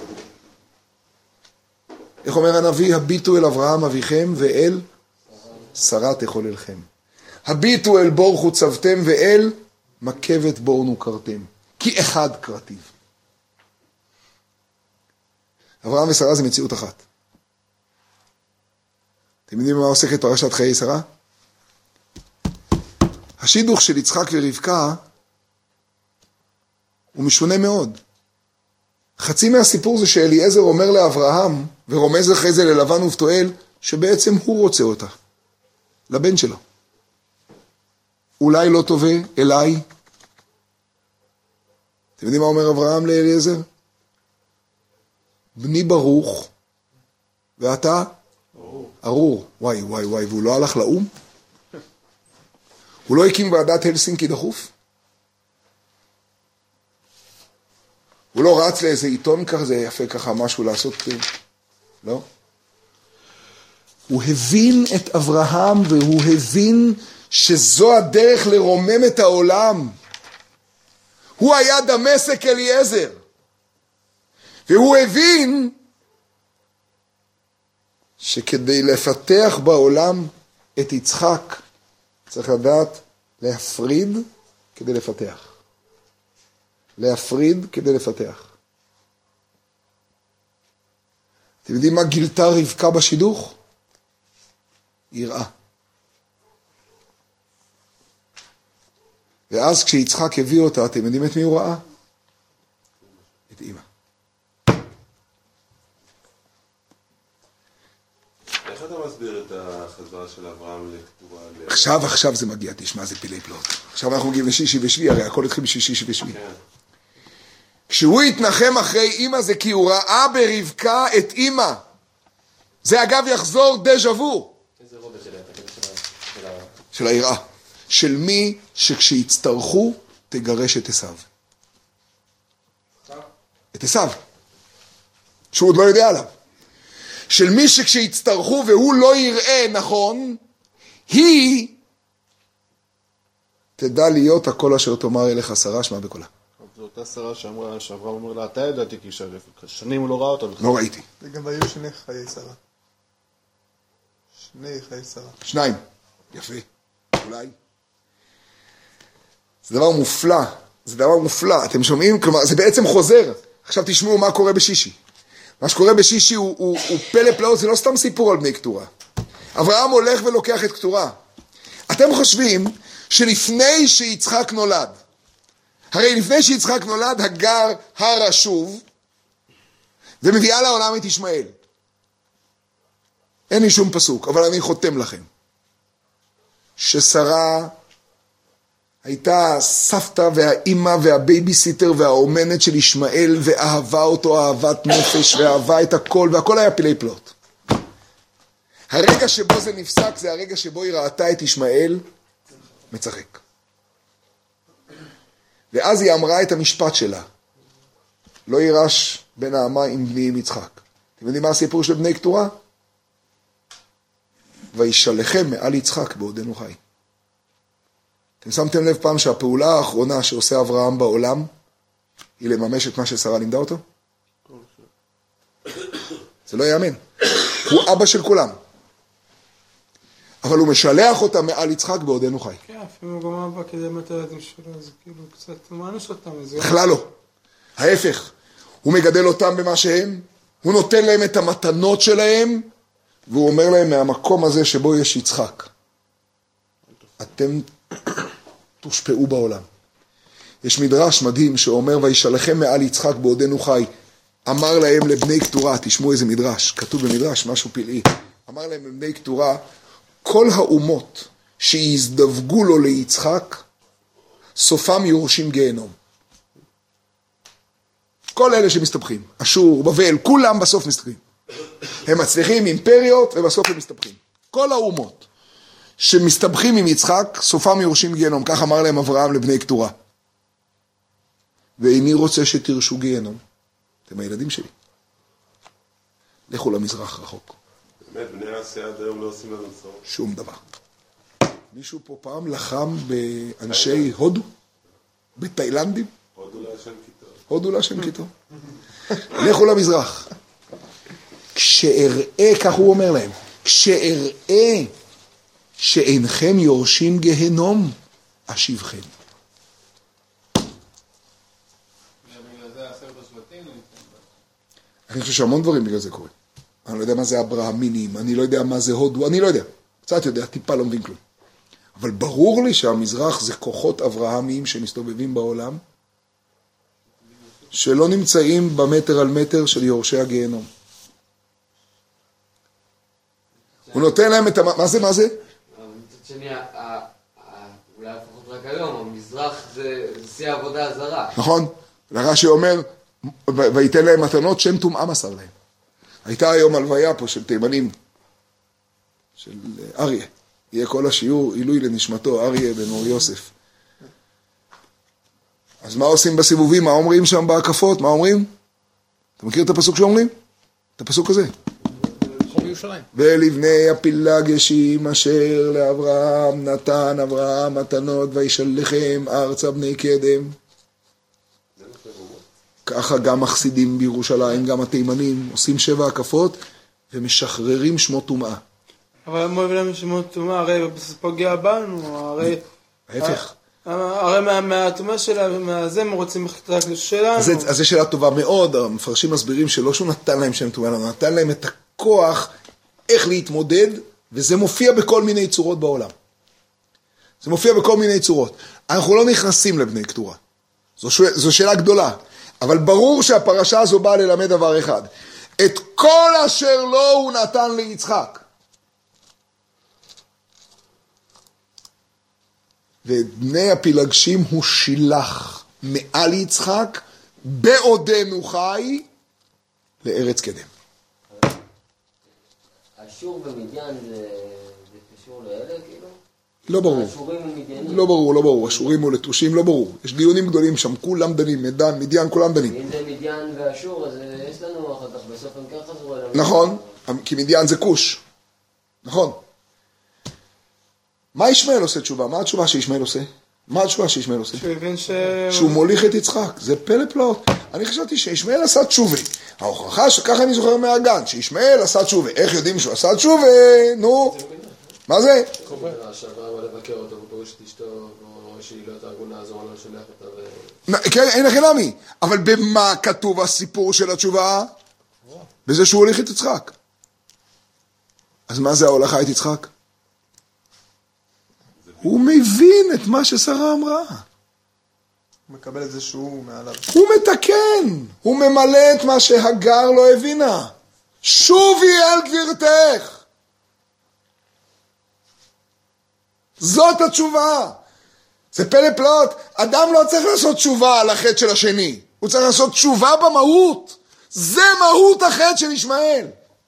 איך אומר הנביא? הביטו אל אברהם אביכם ואל שרה תחוללכם. הביטו אל בור חוצבתם ואל מקבת בור נוקרתם. כי אחד קרתיו. אברהם ושרה זה מציאות אחת. אתם יודעים מה עוסקת פרשת חיי שרה? השידוך של יצחק ורבקה הוא משונה מאוד. חצי מהסיפור זה שאליעזר אומר לאברהם, ורומז אחרי זה ללבן ובתואל, שבעצם הוא רוצה אותה, לבן שלו. אולי לא טובה, אליי. אתם יודעים מה אומר אברהם לאליעזר? בני ברוך, ואתה? ארור. ארור. וואי, וואי, וואי, והוא לא הלך לאום? הוא לא הקים ועדת הלסינקי דחוף? הוא לא רץ לאיזה עיתון כזה, יפה ככה משהו לעשות, לא? הוא הבין את אברהם, והוא הבין שזו הדרך לרומם את העולם. הוא היה דמשק אליעזר. והוא הבין שכדי לפתח בעולם את יצחק, צריך לדעת להפריד כדי לפתח. להפריד כדי לפתח. אתם יודעים מה גילתה רבקה בשידוך? יראה. ואז כשיצחק הביא אותה, אתם יודעים את מי הוא ראה? את אמא. איך אתה מסביר את החזרה של אברהם לכתובה? עכשיו, עכשיו זה מגיע, תשמע, זה פילי פלאות. עכשיו אנחנו מגיעים לשישי ושבי, הרי הכל התחיל בשביל שישי ושבי. כשהוא התנחם אחרי אמא זה כי הוא ראה ברבקה את אמא. זה אגב יחזור דז'ה וו. איזה רובד של היראה? של היראה. של מי שכשיצטרכו תגרש את עשיו. את עשיו. שהוא עוד לא יודע עליו. של מי שכשיצטרכו והוא לא יראה נכון, היא תדע להיות הכל אשר תאמר אליך שרה שמע בקולה. זו אותה שרה שאמרה, שאברהם אומר לה, אתה ידעתי כי שנים הוא לא ראה אותה. לא ראיתי. וגם היו שני חיי שרה. שני חיי שרה. שניים. יפה. אולי. זה דבר מופלא. זה דבר מופלא. אתם שומעים? כלומר, זה בעצם חוזר. עכשיו תשמעו מה קורה בשישי. מה שקורה בשישי הוא, הוא, הוא פלא פלאות, זה לא סתם סיפור על בני כתורה. אברהם הולך ולוקח את כתורה. אתם חושבים שלפני שיצחק נולד, הרי לפני שיצחק נולד, הגר הרה שוב, ומביאה לעולם את ישמעאל. אין לי שום פסוק, אבל אני חותם לכם. ששרה הייתה סבתא והאימא והבייביסיטר והאומנת של ישמעאל, ואהבה אותו אהבת נפש, ואהבה את הכל, והכל היה פילי פלאות. הרגע שבו זה נפסק, זה הרגע שבו היא ראתה את ישמעאל מצחק. ואז היא אמרה את המשפט שלה. לא יירש בן האמה עם בני עם יצחק. אתם יודעים מה הסיפור של בני כתורה? וישלחם מעל יצחק בעודנו חי. אתם שמתם לב פעם שהפעולה האחרונה שעושה אברהם בעולם, היא לממש את מה ששרה לימדה אותו? זה לא יאמן. הוא אבא של כולם. אבל הוא משלח אותם מעל יצחק בעודנו חי. כן, אפילו גם אבא כדי מת הילדים שלו, זה כאילו קצת מעניש אותם. בכלל לא. ההפך, הוא מגדל אותם במה שהם, הוא נותן להם את המתנות שלהם, והוא אומר להם מהמקום הזה שבו יש יצחק. אתם תושפעו בעולם. יש מדרש מדהים שאומר, וישלחם מעל יצחק בעודנו חי. אמר להם לבני כתורה, תשמעו איזה מדרש, כתוב במדרש, משהו פלאי. אמר להם לבני כתורה, כל האומות שיזדווגו לו ליצחק, סופם יורשים גיהנום. כל אלה שמסתבכים, אשור, בבל, כולם בסוף מסתבכים. הם מצליחים אימפריות ובסוף הם מסתבכים. כל האומות שמסתבכים עם יצחק, סופם יורשים גיהנום. כך אמר להם אברהם לבני כתורה. ואיני רוצה שתרשו גיהנום. אתם הילדים שלי. לכו למזרח רחוק. באמת, בני העשייה עד היום לא עושים לנו צרות. שום דבר. מישהו פה פעם לחם באנשי הודו? בתאילנדים? הודו להשם קיטור. הודו להשם קיטור. לכו למזרח. כשאראה, כך הוא אומר להם, כשאראה שאינכם יורשים גיהנום, אשיבכם. אני חושב שהמון דברים בגלל זה קורה. אני לא יודע מה זה אברהמינים, אני לא יודע מה זה הודו, אני לא יודע. קצת יודע, טיפה לא מבין כלום. אבל ברור לי שהמזרח זה כוחות אברהמיים שמסתובבים בעולם, שלא נמצאים במטר על מטר של יורשי הגיהנום. הוא נותן להם את... מה זה, מה זה? מצד שני, אולי לפחות רק היום, המזרח זה שיא העבודה הזרה. נכון. לרש"י אומר, ויתן להם מתנות שם טומאה מסר להם. הייתה היום הלוויה פה של תימנים, של אריה. יהיה כל השיעור עילוי לנשמתו, אריה בן אור יוסף. אז מה עושים בסיבובים? מה אומרים שם בהקפות? מה אומרים? אתה מכיר את הפסוק שאומרים? את הפסוק הזה. ולבני הפילג ישים אשר לאברהם נתן אברהם מתנות וישלחם ארצה בני קדם. ככה גם מחסידים בירושלים, גם התימנים, עושים שבע הקפות ומשחררים שמות טומאה. אבל מה מביא להם שמות טומאה? הרי זה פוגע בנו, הרי... ההפך. הרי מהטומאה שלה, מהזה הם רוצים רק לשלנו. אז זו שאלה טובה מאוד, המפרשים מסבירים שלא שהוא נתן להם שם טומאה, הוא נתן להם את הכוח איך להתמודד, וזה מופיע בכל מיני צורות בעולם. זה מופיע בכל מיני צורות. אנחנו לא נכנסים לבני כתורה. זו, זו שאלה גדולה. אבל ברור שהפרשה הזו באה ללמד דבר אחד. את כל אשר לא הוא נתן ליצחק. ואת בני הפילגשים הוא שילח מעל יצחק, בעודנו חי, לארץ קדם. אשור ומדיין זה קשור לאלה כאילו? לא ברור. אשורים ומדיינים? לא ברור, לא ברור. אשורים או לתושים, לא ברור. יש דיונים גדולים שם, כולם דנים, מדן, מדיין, כולם דנים. אם זה מדיין ואשור, אז יש לנו אחר כך, בסוף הם ככה חזרו אלינו. נכון, כי מדיין זה כוש. נכון. מה ישמעאל עושה תשובה? מה התשובה שישמעאל עושה? מה התשובה שישמעאל עושה? שהוא הבין ש... שהוא מוליך את יצחק. זה פלא פלאות. אני חשבתי שישמעאל עשה תשובה. ההוכחה שככה אני זוכר מהגן, שישמעאל עשה תשובה. איך יודעים שהוא עשה תשובה? נו. מה זה? שעברה מה לבקר אותו, ופורש את אשתו, או שהיא לא הייתה הגונה, אז הוא לא שולח אותה ו... כן, אין לכם נמי. אבל במה כתוב הסיפור של התשובה? בזה שהוא הוליך את יצחק. אז מה זה ההולכה את יצחק? הוא מבין את מה ששרה אמרה. הוא מקבל את זה שהוא מעליו. הוא מתקן. הוא ממלא את מה שהגר לא הבינה. שובי אל גבירתך. זאת התשובה. זה פלא פלאות. אדם לא צריך לעשות תשובה על החטא של השני. הוא צריך לעשות תשובה במהות. זה מהות החטא של ישמעאל.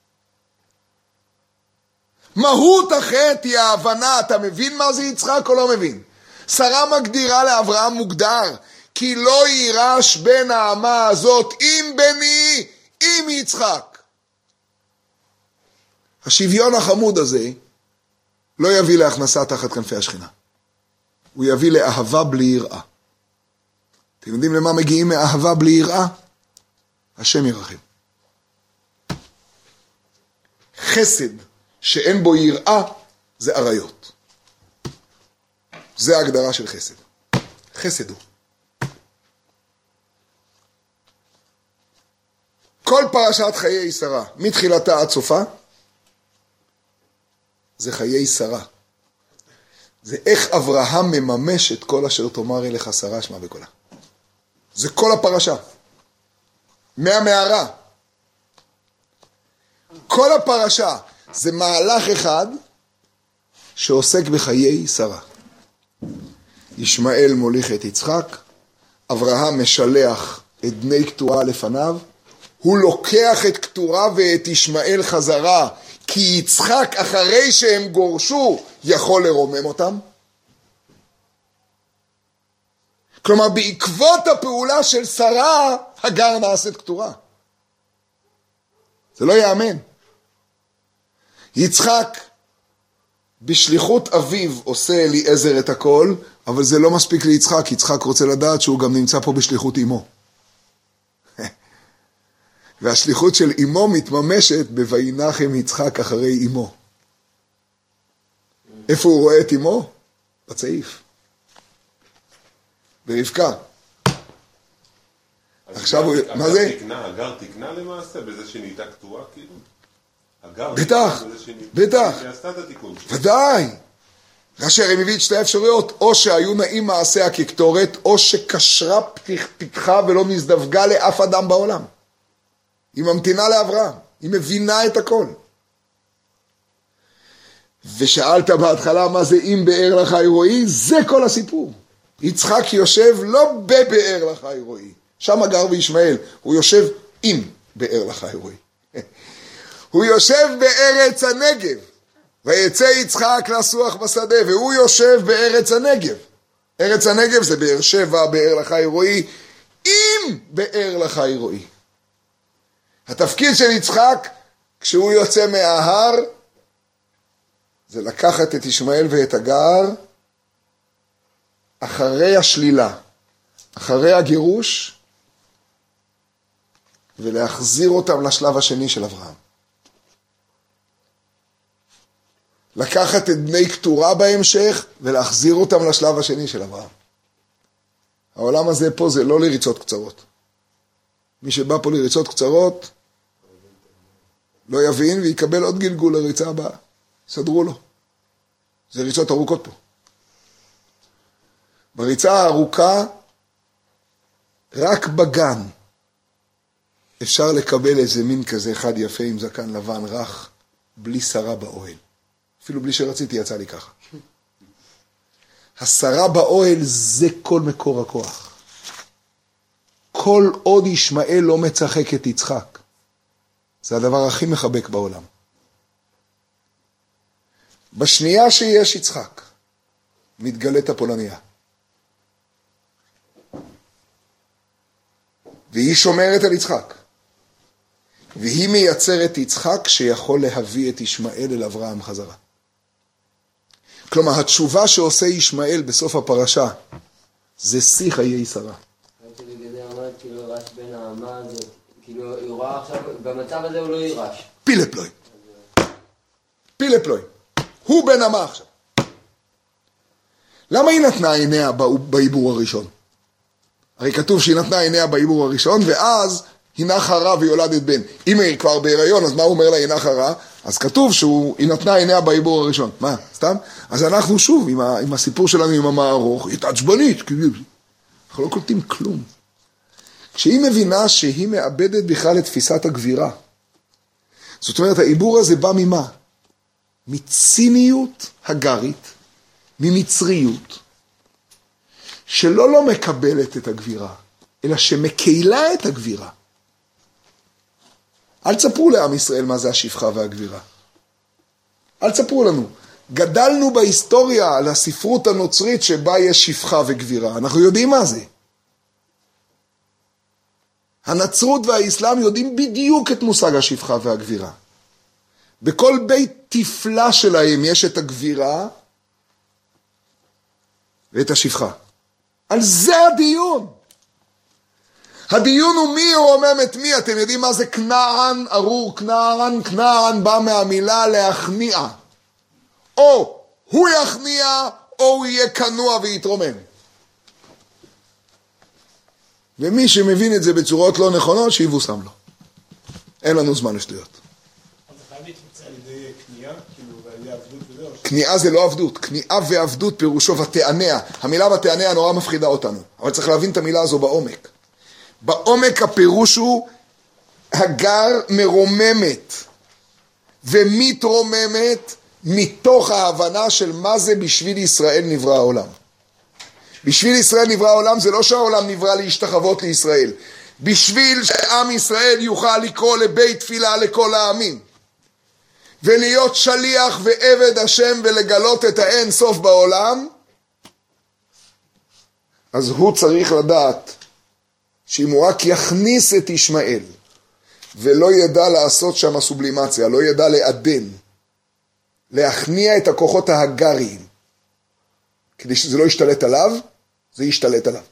מהות החטא היא ההבנה. אתה מבין מה זה יצחק או לא מבין? שרה מגדירה לאברהם מוגדר. כי לא יירש בין האמה הזאת עם בני, עם יצחק. השוויון החמוד הזה לא יביא להכנסה תחת כנפי השכינה. הוא יביא לאהבה בלי יראה. אתם יודעים למה מגיעים מאהבה בלי יראה? השם ירחם. חסד שאין בו יראה זה עריות. זה ההגדרה של חסד. חסד הוא. כל פרשת חיי שרה, מתחילתה עד סופה, זה חיי שרה. זה איך אברהם מממש את כל אשר תאמר אליך שרה שמע בקולה. זה כל הפרשה. מהמערה. כל הפרשה זה מהלך אחד שעוסק בחיי שרה. ישמעאל מוליך את יצחק, אברהם משלח את בני קטורה לפניו, הוא לוקח את קטורה ואת ישמעאל חזרה, כי יצחק אחרי שהם גורשו יכול לרומם אותם. כלומר, בעקבות הפעולה של שרה, הגר נעשית קטורה. זה לא יאמן. יצחק בשליחות אביו עושה אליעזר את הכל, אבל זה לא מספיק ליצחק. יצחק רוצה לדעת שהוא גם נמצא פה בשליחות אמו. והשליחות של אמו מתממשת בוינחם יצחק אחרי אמו. איפה הוא רואה את אמו? בצעיף. ברבקה. עכשיו הוא, מה זה? הגר תקנה למעשה בזה שנהייתה קטורה כאילו? בטח, בטח. שעשתה את התיקון. ודאי. כאשר הם הביא את שתי האפשרויות, או שהיו נעים מעשיה כקטורת, או שקשרה פתחה ולא נזדווגה לאף אדם בעולם. היא ממתינה לאברהם, היא מבינה את הכל. ושאלת בהתחלה מה זה אם באר לחי רועי, זה כל הסיפור. יצחק יושב לא בבאר לחי רועי, שם הגר וישמעאל, הוא יושב עם באר לחי רועי. הוא יושב בארץ הנגב, ויצא יצחק לסוח בשדה, והוא יושב בארץ הנגב. ארץ הנגב זה באר שבע, באר לחי רועי, עם באר לחי רועי. התפקיד של יצחק, כשהוא יוצא מההר, זה לקחת את ישמעאל ואת הגר, אחרי השלילה, אחרי הגירוש, ולהחזיר אותם לשלב השני של אברהם. לקחת את בני קטורה בהמשך, ולהחזיר אותם לשלב השני של אברהם. העולם הזה פה זה לא לריצות קצרות. מי שבא פה לריצות קצרות, לא יבין ויקבל עוד גלגול לריצה הבאה. סדרו לו. זה ריצות ארוכות פה. בריצה הארוכה, רק בגן, אפשר לקבל איזה מין כזה אחד יפה עם זקן לבן רך, בלי שרה באוהל. אפילו בלי שרציתי יצא לי ככה. השרה באוהל זה כל מקור הכוח. כל עוד ישמעאל לא מצחק את יצחק. זה הדבר הכי מחבק בעולם. בשנייה שיש יצחק, מתגלית הפולניה. והיא שומרת על יצחק. והיא מייצרת יצחק שיכול להביא את ישמעאל אל אברהם חזרה. כלומר, התשובה שעושה ישמעאל בסוף הפרשה, זה שיא חיי שרה. הייתי לגדי אמרת, כאילו, רש בין האמה הזאת, כאילו, היא רואה עכשיו, במצב הזה הוא לא יירש. פילפלוי. פילפלוי. הוא בן אמה עכשיו. למה היא נתנה עיניה בעיבור הראשון? הרי כתוב שהיא נתנה עיניה בעיבור הראשון, ואז היא נחה רע ויולדת בן. אם היא כבר בהיריון, אז מה הוא אומר לה היא נחה רע? אז כתוב שהיא נתנה עיניה בעיבור הראשון. מה? סתם? אז אנחנו שוב, עם, ה, עם הסיפור שלנו עם אמה ארוך, היא תעצבנית. אנחנו לא קולטים כלום. כשהיא מבינה שהיא מאבדת בכלל את תפיסת הגבירה. זאת אומרת, העיבור הזה בא ממה? מציניות הגרית, ממצריות, שלא לא מקבלת את הגבירה, אלא שמקהילה את הגבירה. אל תספרו לעם ישראל מה זה השפחה והגבירה. אל תספרו לנו. גדלנו בהיסטוריה על הספרות הנוצרית שבה יש שפחה וגבירה. אנחנו יודעים מה זה. הנצרות והאסלאם יודעים בדיוק את מושג השפחה והגבירה. בכל בית תפלה שלהם יש את הגבירה, ואת השפחה. על זה הדיון. הדיון הוא מי רומם את מי. אתם יודעים מה זה כנען, ארור כנען? כנען בא מהמילה להכניע. או הוא יכניע, או הוא יהיה כנוע ויתרומם. ומי שמבין את זה בצורות לא נכונות, שיבוסם לו. אין לנו זמן לשטויות. אז זה חייב להתבצע על ידי כניעה, כאילו, ועל ידי עבדות וזהו. כניעה זה לא עבדות. כניעה ועבדות פירושו ותענע. המילה ותענע נורא מפחידה אותנו. אבל צריך להבין את המילה הזו בעומק. בעומק הפירוש הוא הגר מרוממת ומתרוממת מתוך ההבנה של מה זה בשביל ישראל נברא העולם. בשביל ישראל נברא העולם זה לא שהעולם נברא להשתחוות לישראל. בשביל שעם ישראל יוכל לקרוא לבית תפילה לכל העמים. ולהיות שליח ועבד השם ולגלות את האין סוף בעולם. אז הוא צריך לדעת שאם הוא רק יכניס את ישמעאל ולא ידע לעשות שם הסובלימציה, לא ידע לעדן, להכניע את הכוחות ההגריים, כדי שזה לא ישתלט עליו, זה ישתלט עליו.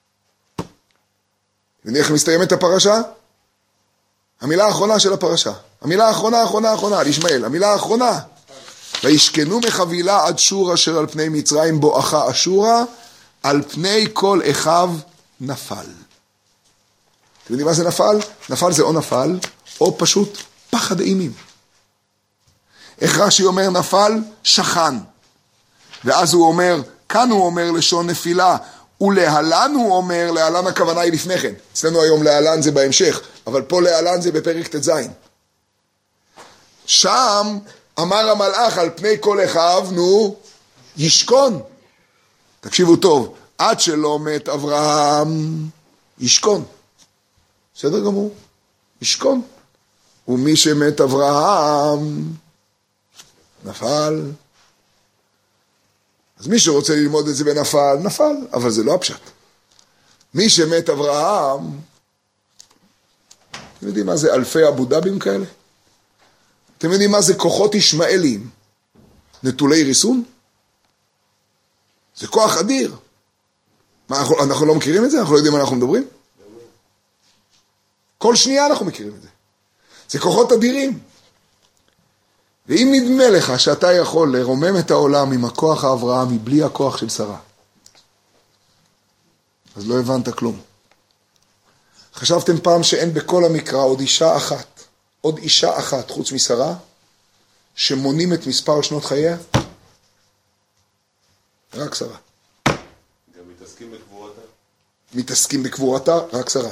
ונראה מסתיימת הפרשה? המילה האחרונה של הפרשה. המילה האחרונה, האחרונה, האחרונה, על ישמעאל. המילה האחרונה. וישכנו מחבילה עד שור אשר על פני מצרים בואכה אשורה, על פני כל אחיו נפל. אתם יודעים מה זה נפל? נפל זה או נפל, או פשוט פחד אימים. איך רש"י אומר נפל? שכן. ואז הוא אומר, כאן הוא אומר לשון נפילה, ולהלן הוא אומר, להלן הכוונה היא לפני כן. אצלנו היום להלן זה בהמשך, אבל פה להלן זה בפרק ת' ז'. שם אמר המלאך על פני כל אחיו, נו, ישכון. תקשיבו טוב, עד שלא מת אברהם, ישכון. בסדר גמור, ישכון. ומי שמת אברהם, נפל. אז מי שרוצה ללמוד את זה בנפל, נפל, אבל זה לא הפשט. מי שמת אברהם, אתם יודעים מה זה אלפי אבו דאבים כאלה? אתם יודעים מה זה כוחות ישמעאלים? נטולי ריסון? זה כוח אדיר. מה, אנחנו, אנחנו לא מכירים את זה? אנחנו לא יודעים מה אנחנו מדברים? כל שנייה אנחנו מכירים את זה. זה כוחות אדירים. ואם נדמה לך שאתה יכול לרומם את העולם עם הכוח האברהם מבלי הכוח של שרה, אז לא הבנת כלום. חשבתם פעם שאין בכל המקרא עוד אישה אחת, עוד אישה אחת חוץ משרה, שמונים את מספר שנות חייה? רק שרה. גם מתעסקים בקבורתה? מתעסקים בקבורתה, רק שרה.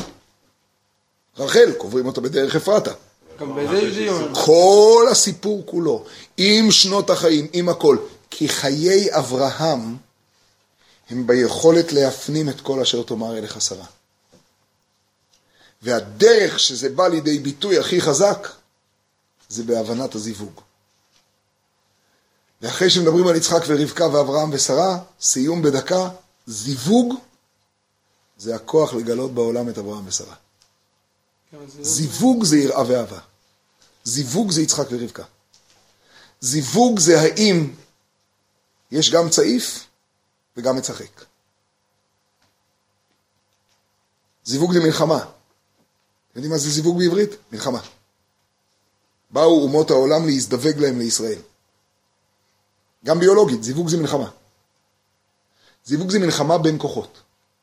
רחל, קוברים אותה בדרך אפרתה. גם בזה יש דיון. כל הסיפור כולו, עם שנות החיים, עם הכל, כי חיי אברהם הם ביכולת להפנים את כל אשר תאמר אליך שרה. והדרך שזה בא לידי ביטוי הכי חזק, זה בהבנת הזיווג. ואחרי שמדברים על יצחק ורבקה ואברהם ושרה, סיום בדקה, זיווג זה הכוח לגלות בעולם את אברהם ושרה. זיווג זה יראה ואהבה. זיווג זה יצחק ורבקה. זיווג זה האם יש גם צעיף וגם מצחק. זיווג זה מלחמה. אתם יודעים מה זה זיווג בעברית? מלחמה. באו אומות העולם להזדווג להם לישראל. גם ביולוגית, זיווג זה מלחמה. זיווג זה מלחמה בין כוחות.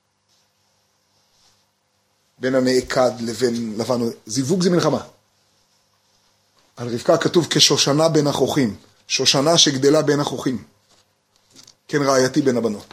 בין הנעקד לבין לבן. זיווג זה מלחמה. על רבקה כתוב כשושנה בין החוכים. שושנה שגדלה בין החוכים. כן רעייתי בין הבנות.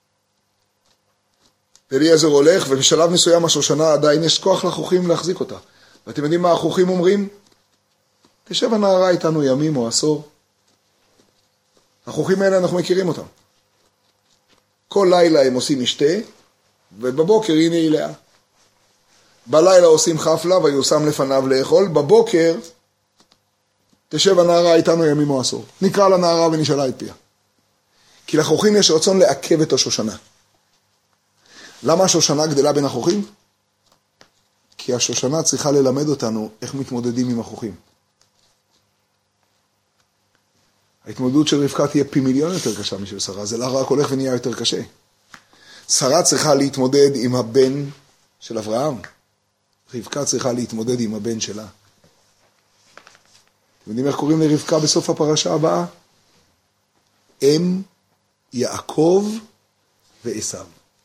אליעזר הולך, ובשלב מסוים השושנה עדיין יש כוח לחוכים להחזיק אותה. ואתם יודעים מה החוכים אומרים? תשב הנערה איתנו ימים או עשור. החוכים האלה אנחנו מכירים אותם. כל לילה הם עושים משתה, ובבוקר הנה היא לאה. בלילה עושים חפלה ויושם לפניו לאכול, בבוקר תשב הנערה איתנו ימים או עשור. נקרא לנערה ונשאלה את פיה. כי לחוכים יש רצון לעכב את השושנה. למה השושנה גדלה בין החוכים? כי השושנה צריכה ללמד אותנו איך מתמודדים עם החוכים. ההתמודדות של רבקה תהיה פי מיליון יותר קשה משל שרה, זה לא רק הולך ונהיה יותר קשה. שרה צריכה להתמודד עם הבן של אברהם, רבקה צריכה להתמודד עם הבן שלה. אתם יודעים איך קוראים לרבקה בסוף הפרשה הבאה? אם יעקב ועשיו.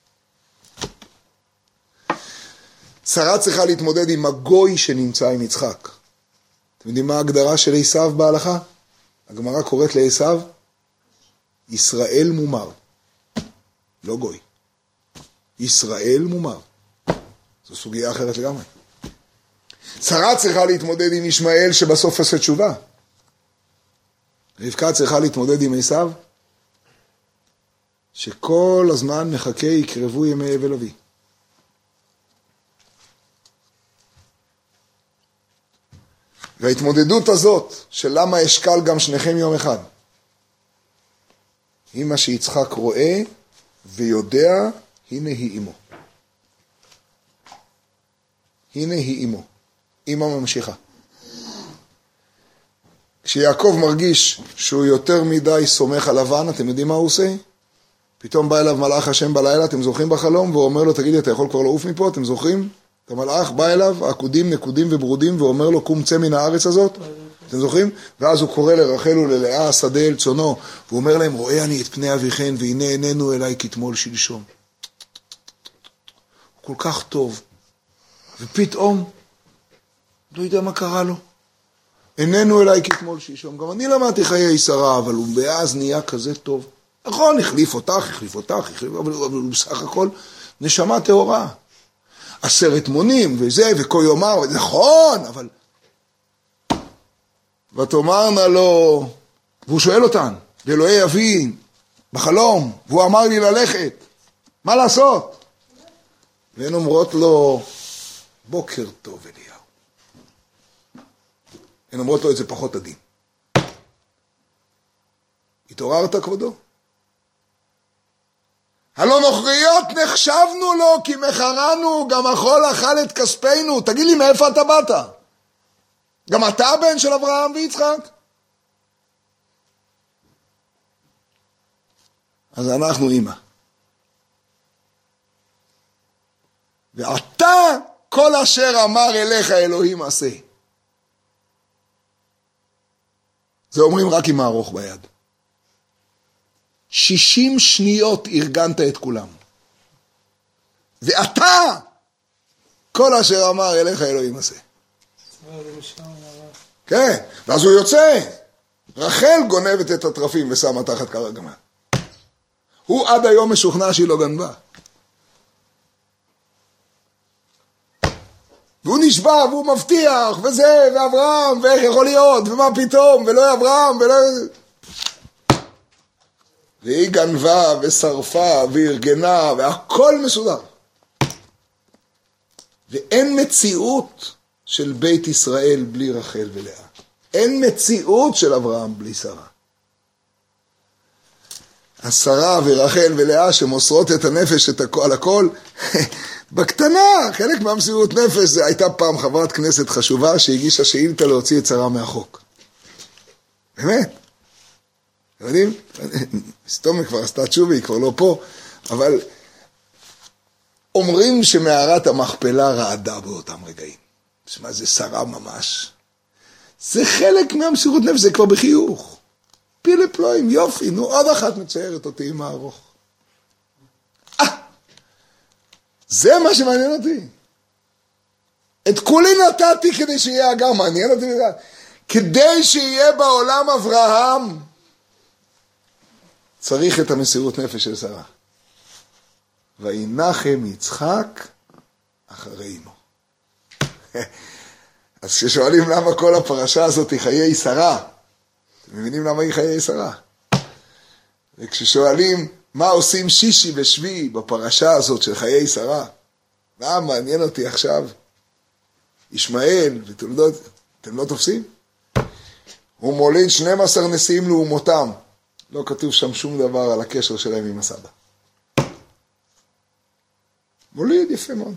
שרה צריכה להתמודד עם הגוי שנמצא עם יצחק. אתם יודעים מה ההגדרה של עשיו בהלכה? הגמרא קוראת לעשיו ישראל מומר. לא גוי. ישראל מומר. זו סוגיה אחרת לגמרי. שרה צריכה להתמודד עם ישמעאל שבסוף עושה תשובה. רבקה צריכה להתמודד עם עשיו שכל הזמן מחכה יקרבו ימי אבל אבי. וההתמודדות הזאת של למה אשקל גם שניכם יום אחד היא מה שיצחק רואה ויודע, הנה היא אמו. הנה היא אמו. אמא ממשיכה. כשיעקב מרגיש שהוא יותר מדי סומך על לבן, אתם יודעים מה הוא עושה? פתאום בא אליו מלאך השם בלילה, אתם זוכרים בחלום, והוא אומר לו, תגידי, אתה יכול כבר לעוף מפה, אתם זוכרים? את המלאך בא אליו, עקודים, נקודים וברודים, ואומר לו, קום צא מן הארץ הזאת, אתם זוכרים? ואז הוא קורא לרחל וללאה, שדה אל צונו, והוא אומר להם, רואה אני את פני אביכן, והנה עינינו אליי כתמול שלשום. הוא כל כך טוב, ופתאום, לא יודע מה קרה לו. עינינו אליי כתמול שלשום. גם אני למדתי חיי שרה, אבל הוא באז נהיה כזה טוב. נכון, החליף אותך, החליף אותך, החליף, אבל, אבל הוא בסך הכל נשמה טהורה. עשרת מונים וזה, וכה יאמר, נכון, אבל... ותאמרנה לו, והוא שואל אותן, ואלוהי אבי, בחלום, והוא אמר לי ללכת, מה לעשות? והן אומרות לו, בוקר טוב אליהו. הן אומרות לו את זה פחות עדין. התעוררת כבודו? הלא נוכריות נחשבנו לו כי מחרנו, גם החול אכל את כספינו. תגיד לי מאיפה אתה באת? גם אתה בן של אברהם ויצחק? אז אנחנו אמא. ואתה כל אשר אמר אליך אלוהים עשה. זה אומרים רק עם הארוך ביד. שישים שניות ארגנת את כולם. ואתה, כל אשר אמר אליך אלוהים עשה. כן, ואז הוא יוצא. רחל גונבת את הטרפים ושמה תחת קר הגמל. הוא עד היום משוכנע שהיא לא גנבה. והוא נשבע והוא מבטיח וזה ואברהם ואיך יכול להיות ומה פתאום ולא אברהם ולא... והיא גנבה ושרפה וארגנה והכל מסודר. ואין מציאות של בית ישראל בלי רחל ולאה. אין מציאות של אברהם בלי שרה. השרה ורחל ולאה שמוסרות את הנפש את הכל, על הכל, בקטנה, חלק מהמסירות נפש, זה הייתה פעם חברת כנסת חשובה שהגישה שאילתה להוציא את שרה מהחוק. באמת. אתם יודעים? סתום כבר עשתה תשובה, היא כבר לא פה, אבל אומרים שמערת המכפלה רעדה באותם רגעים. שמה זה שרה ממש. זה חלק מהמסירות נפש, זה כבר בחיוך. פילה פלואים, יופי, נו עוד אחת מציירת אותי עם הארוך. אה, זה מה שמעניין אותי. את כולי נתתי כדי שיהיה אגם, מעניין אותי. כדי שיהיה בעולם אברהם, צריך את המסירות נפש של שרה. וינחם יצחק אחרי אמו. אז כששואלים למה כל הפרשה הזאת היא חיי שרה, אתם מבינים למה היא חיי שרה? וכששואלים מה עושים שישי ושביעי בפרשה הזאת של חיי שרה, מה מעניין אותי עכשיו? ישמעאל ותולדות, אתם לא תופסים? הוא מוליד שנים עשר נשיאים לאומותם. לא כתוב שם שום דבר על הקשר שלהם עם הסבא. מוליד יפה מאוד.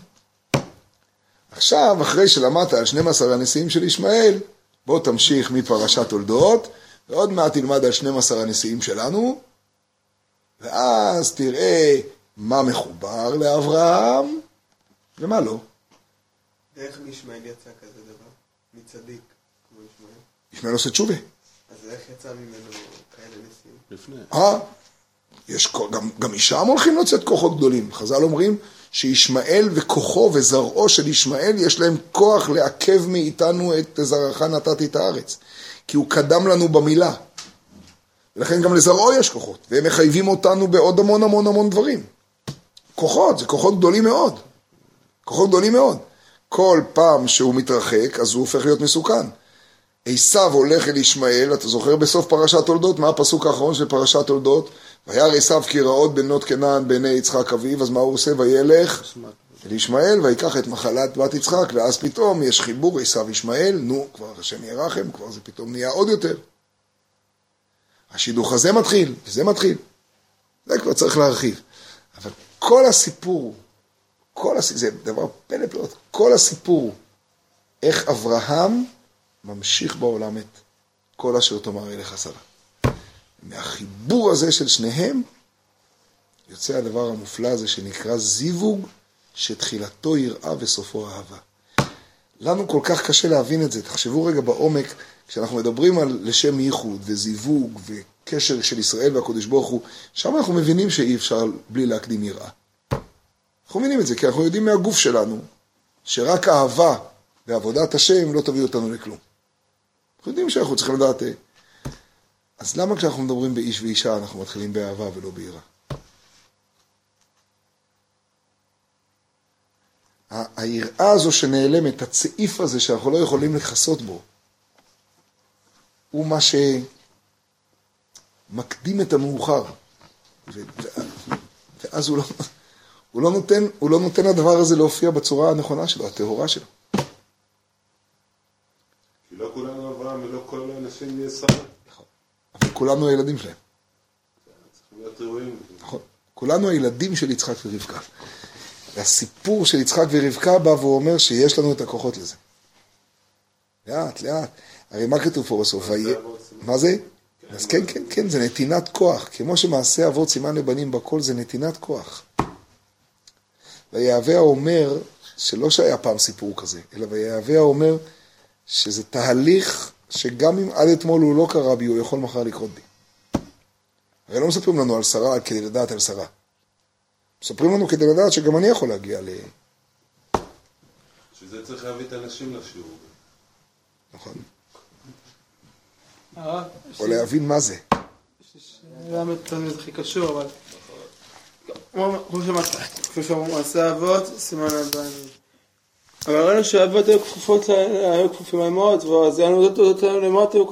עכשיו, אחרי שלמדת על שנים עשר הנשיאים של ישמעאל, בוא תמשיך מפרשת תולדות, ועוד מעט תלמד על שנים עשר הנשיאים שלנו, ואז תראה מה מחובר לאברהם, ומה לא. איך ישמעאל יצא כזה דבר? מצדיק, כמו ישמעאל. ישמעאל עושה תשובה. אז איך יצא ממנו כאלה נשיאים? לפני. אה, יש, גם, גם משם הולכים לצאת כוחות גדולים. חז"ל אומרים שישמעאל וכוחו וזרעו של ישמעאל יש להם כוח לעכב מאיתנו את זרעך נתתי את הארץ. כי הוא קדם לנו במילה. ולכן גם לזרעו יש כוחות. והם מחייבים אותנו בעוד המון המון המון דברים. כוחות, זה כוחות גדולים מאוד. כוחות גדולים מאוד. כל פעם שהוא מתרחק, אז הוא הופך להיות מסוכן. עשיו הולך אל ישמעאל, אתה זוכר בסוף פרשת תולדות, מה הפסוק האחרון של פרשת תולדות? וירא עשיו כי רעות בנות כנען בעיני יצחק אביו, אז מה הוא עושה? וילך אל ישמעאל, ויקח את מחלת בת יצחק, ואז פתאום יש חיבור עשיו ישמעאל, נו, כבר השם ירחם, כבר זה פתאום נהיה עוד יותר. השידוך הזה מתחיל, וזה מתחיל. זה כבר צריך להרחיב. אבל כל הסיפור, כל הסיפור, זה דבר פלא פלאות, כל הסיפור, איך אברהם ממשיך בעולם את כל אשר תאמר אליך שרה. מהחיבור הזה של שניהם, יוצא הדבר המופלא הזה שנקרא זיווג, שתחילתו יראה וסופו אהבה. לנו כל כך קשה להבין את זה, תחשבו רגע בעומק, כשאנחנו מדברים על לשם ייחוד וזיווג וקשר של ישראל והקדוש ברוך הוא, שם אנחנו מבינים שאי אפשר בלי להקדים יראה. אנחנו מבינים את זה, כי אנחנו יודעים מהגוף שלנו, שרק אהבה בעבודת השם לא תביא אותנו לכלום. אנחנו יודעים שאנחנו צריכים לדעת, אז למה כשאנחנו מדברים באיש ואישה, אנחנו מתחילים באהבה ולא ביראה? היראה הזו שנעלמת, הצעיף הזה שאנחנו לא יכולים לחסות בו, הוא מה שמקדים את המאוחר. ו- ואז הוא לא, הוא לא נותן, הוא לא נותן הדבר הזה להופיע בצורה הנכונה שלו, הטהורה שלו. כי לא כולנו אברהם ולא כל האנשים נהיה שרה. נכון. אבל כולנו הילדים שלהם. צריכים להיות ראויים. נכון. כולנו הילדים של יצחק ורבקה. והסיפור של יצחק ורבקה בא והוא אומר שיש לנו את הכוחות לזה. לאט, לאט. הרי מה כתוב פה בסוף? מה זה? אז כן, כן, כן, זה נתינת כוח. כמו שמעשה אבות סימן לבנים בכל, זה נתינת כוח. ויהווה אומר, שלא שהיה פעם סיפור כזה, אלא ויהווה אומר שזה תהליך שגם אם עד אתמול הוא לא קרה בי, הוא יכול מחר לקרות בי. הרי לא מספרים לנו על שרה כדי לדעת על שרה. מספרים לנו כדי לדעת שגם אני יכול להגיע ל... שזה צריך להביא את האנשים לשיעור. נכון. או להבין מה זה. למה זה הכי קשור, אבל... כמו שאמרת, כפי שאמרו, מעשה אבות, סימן הבנים. אבל ראינו שהאבות היו כפופות, היו כפופים לאמהות, ואז היה לנו לדעת אותם למטה,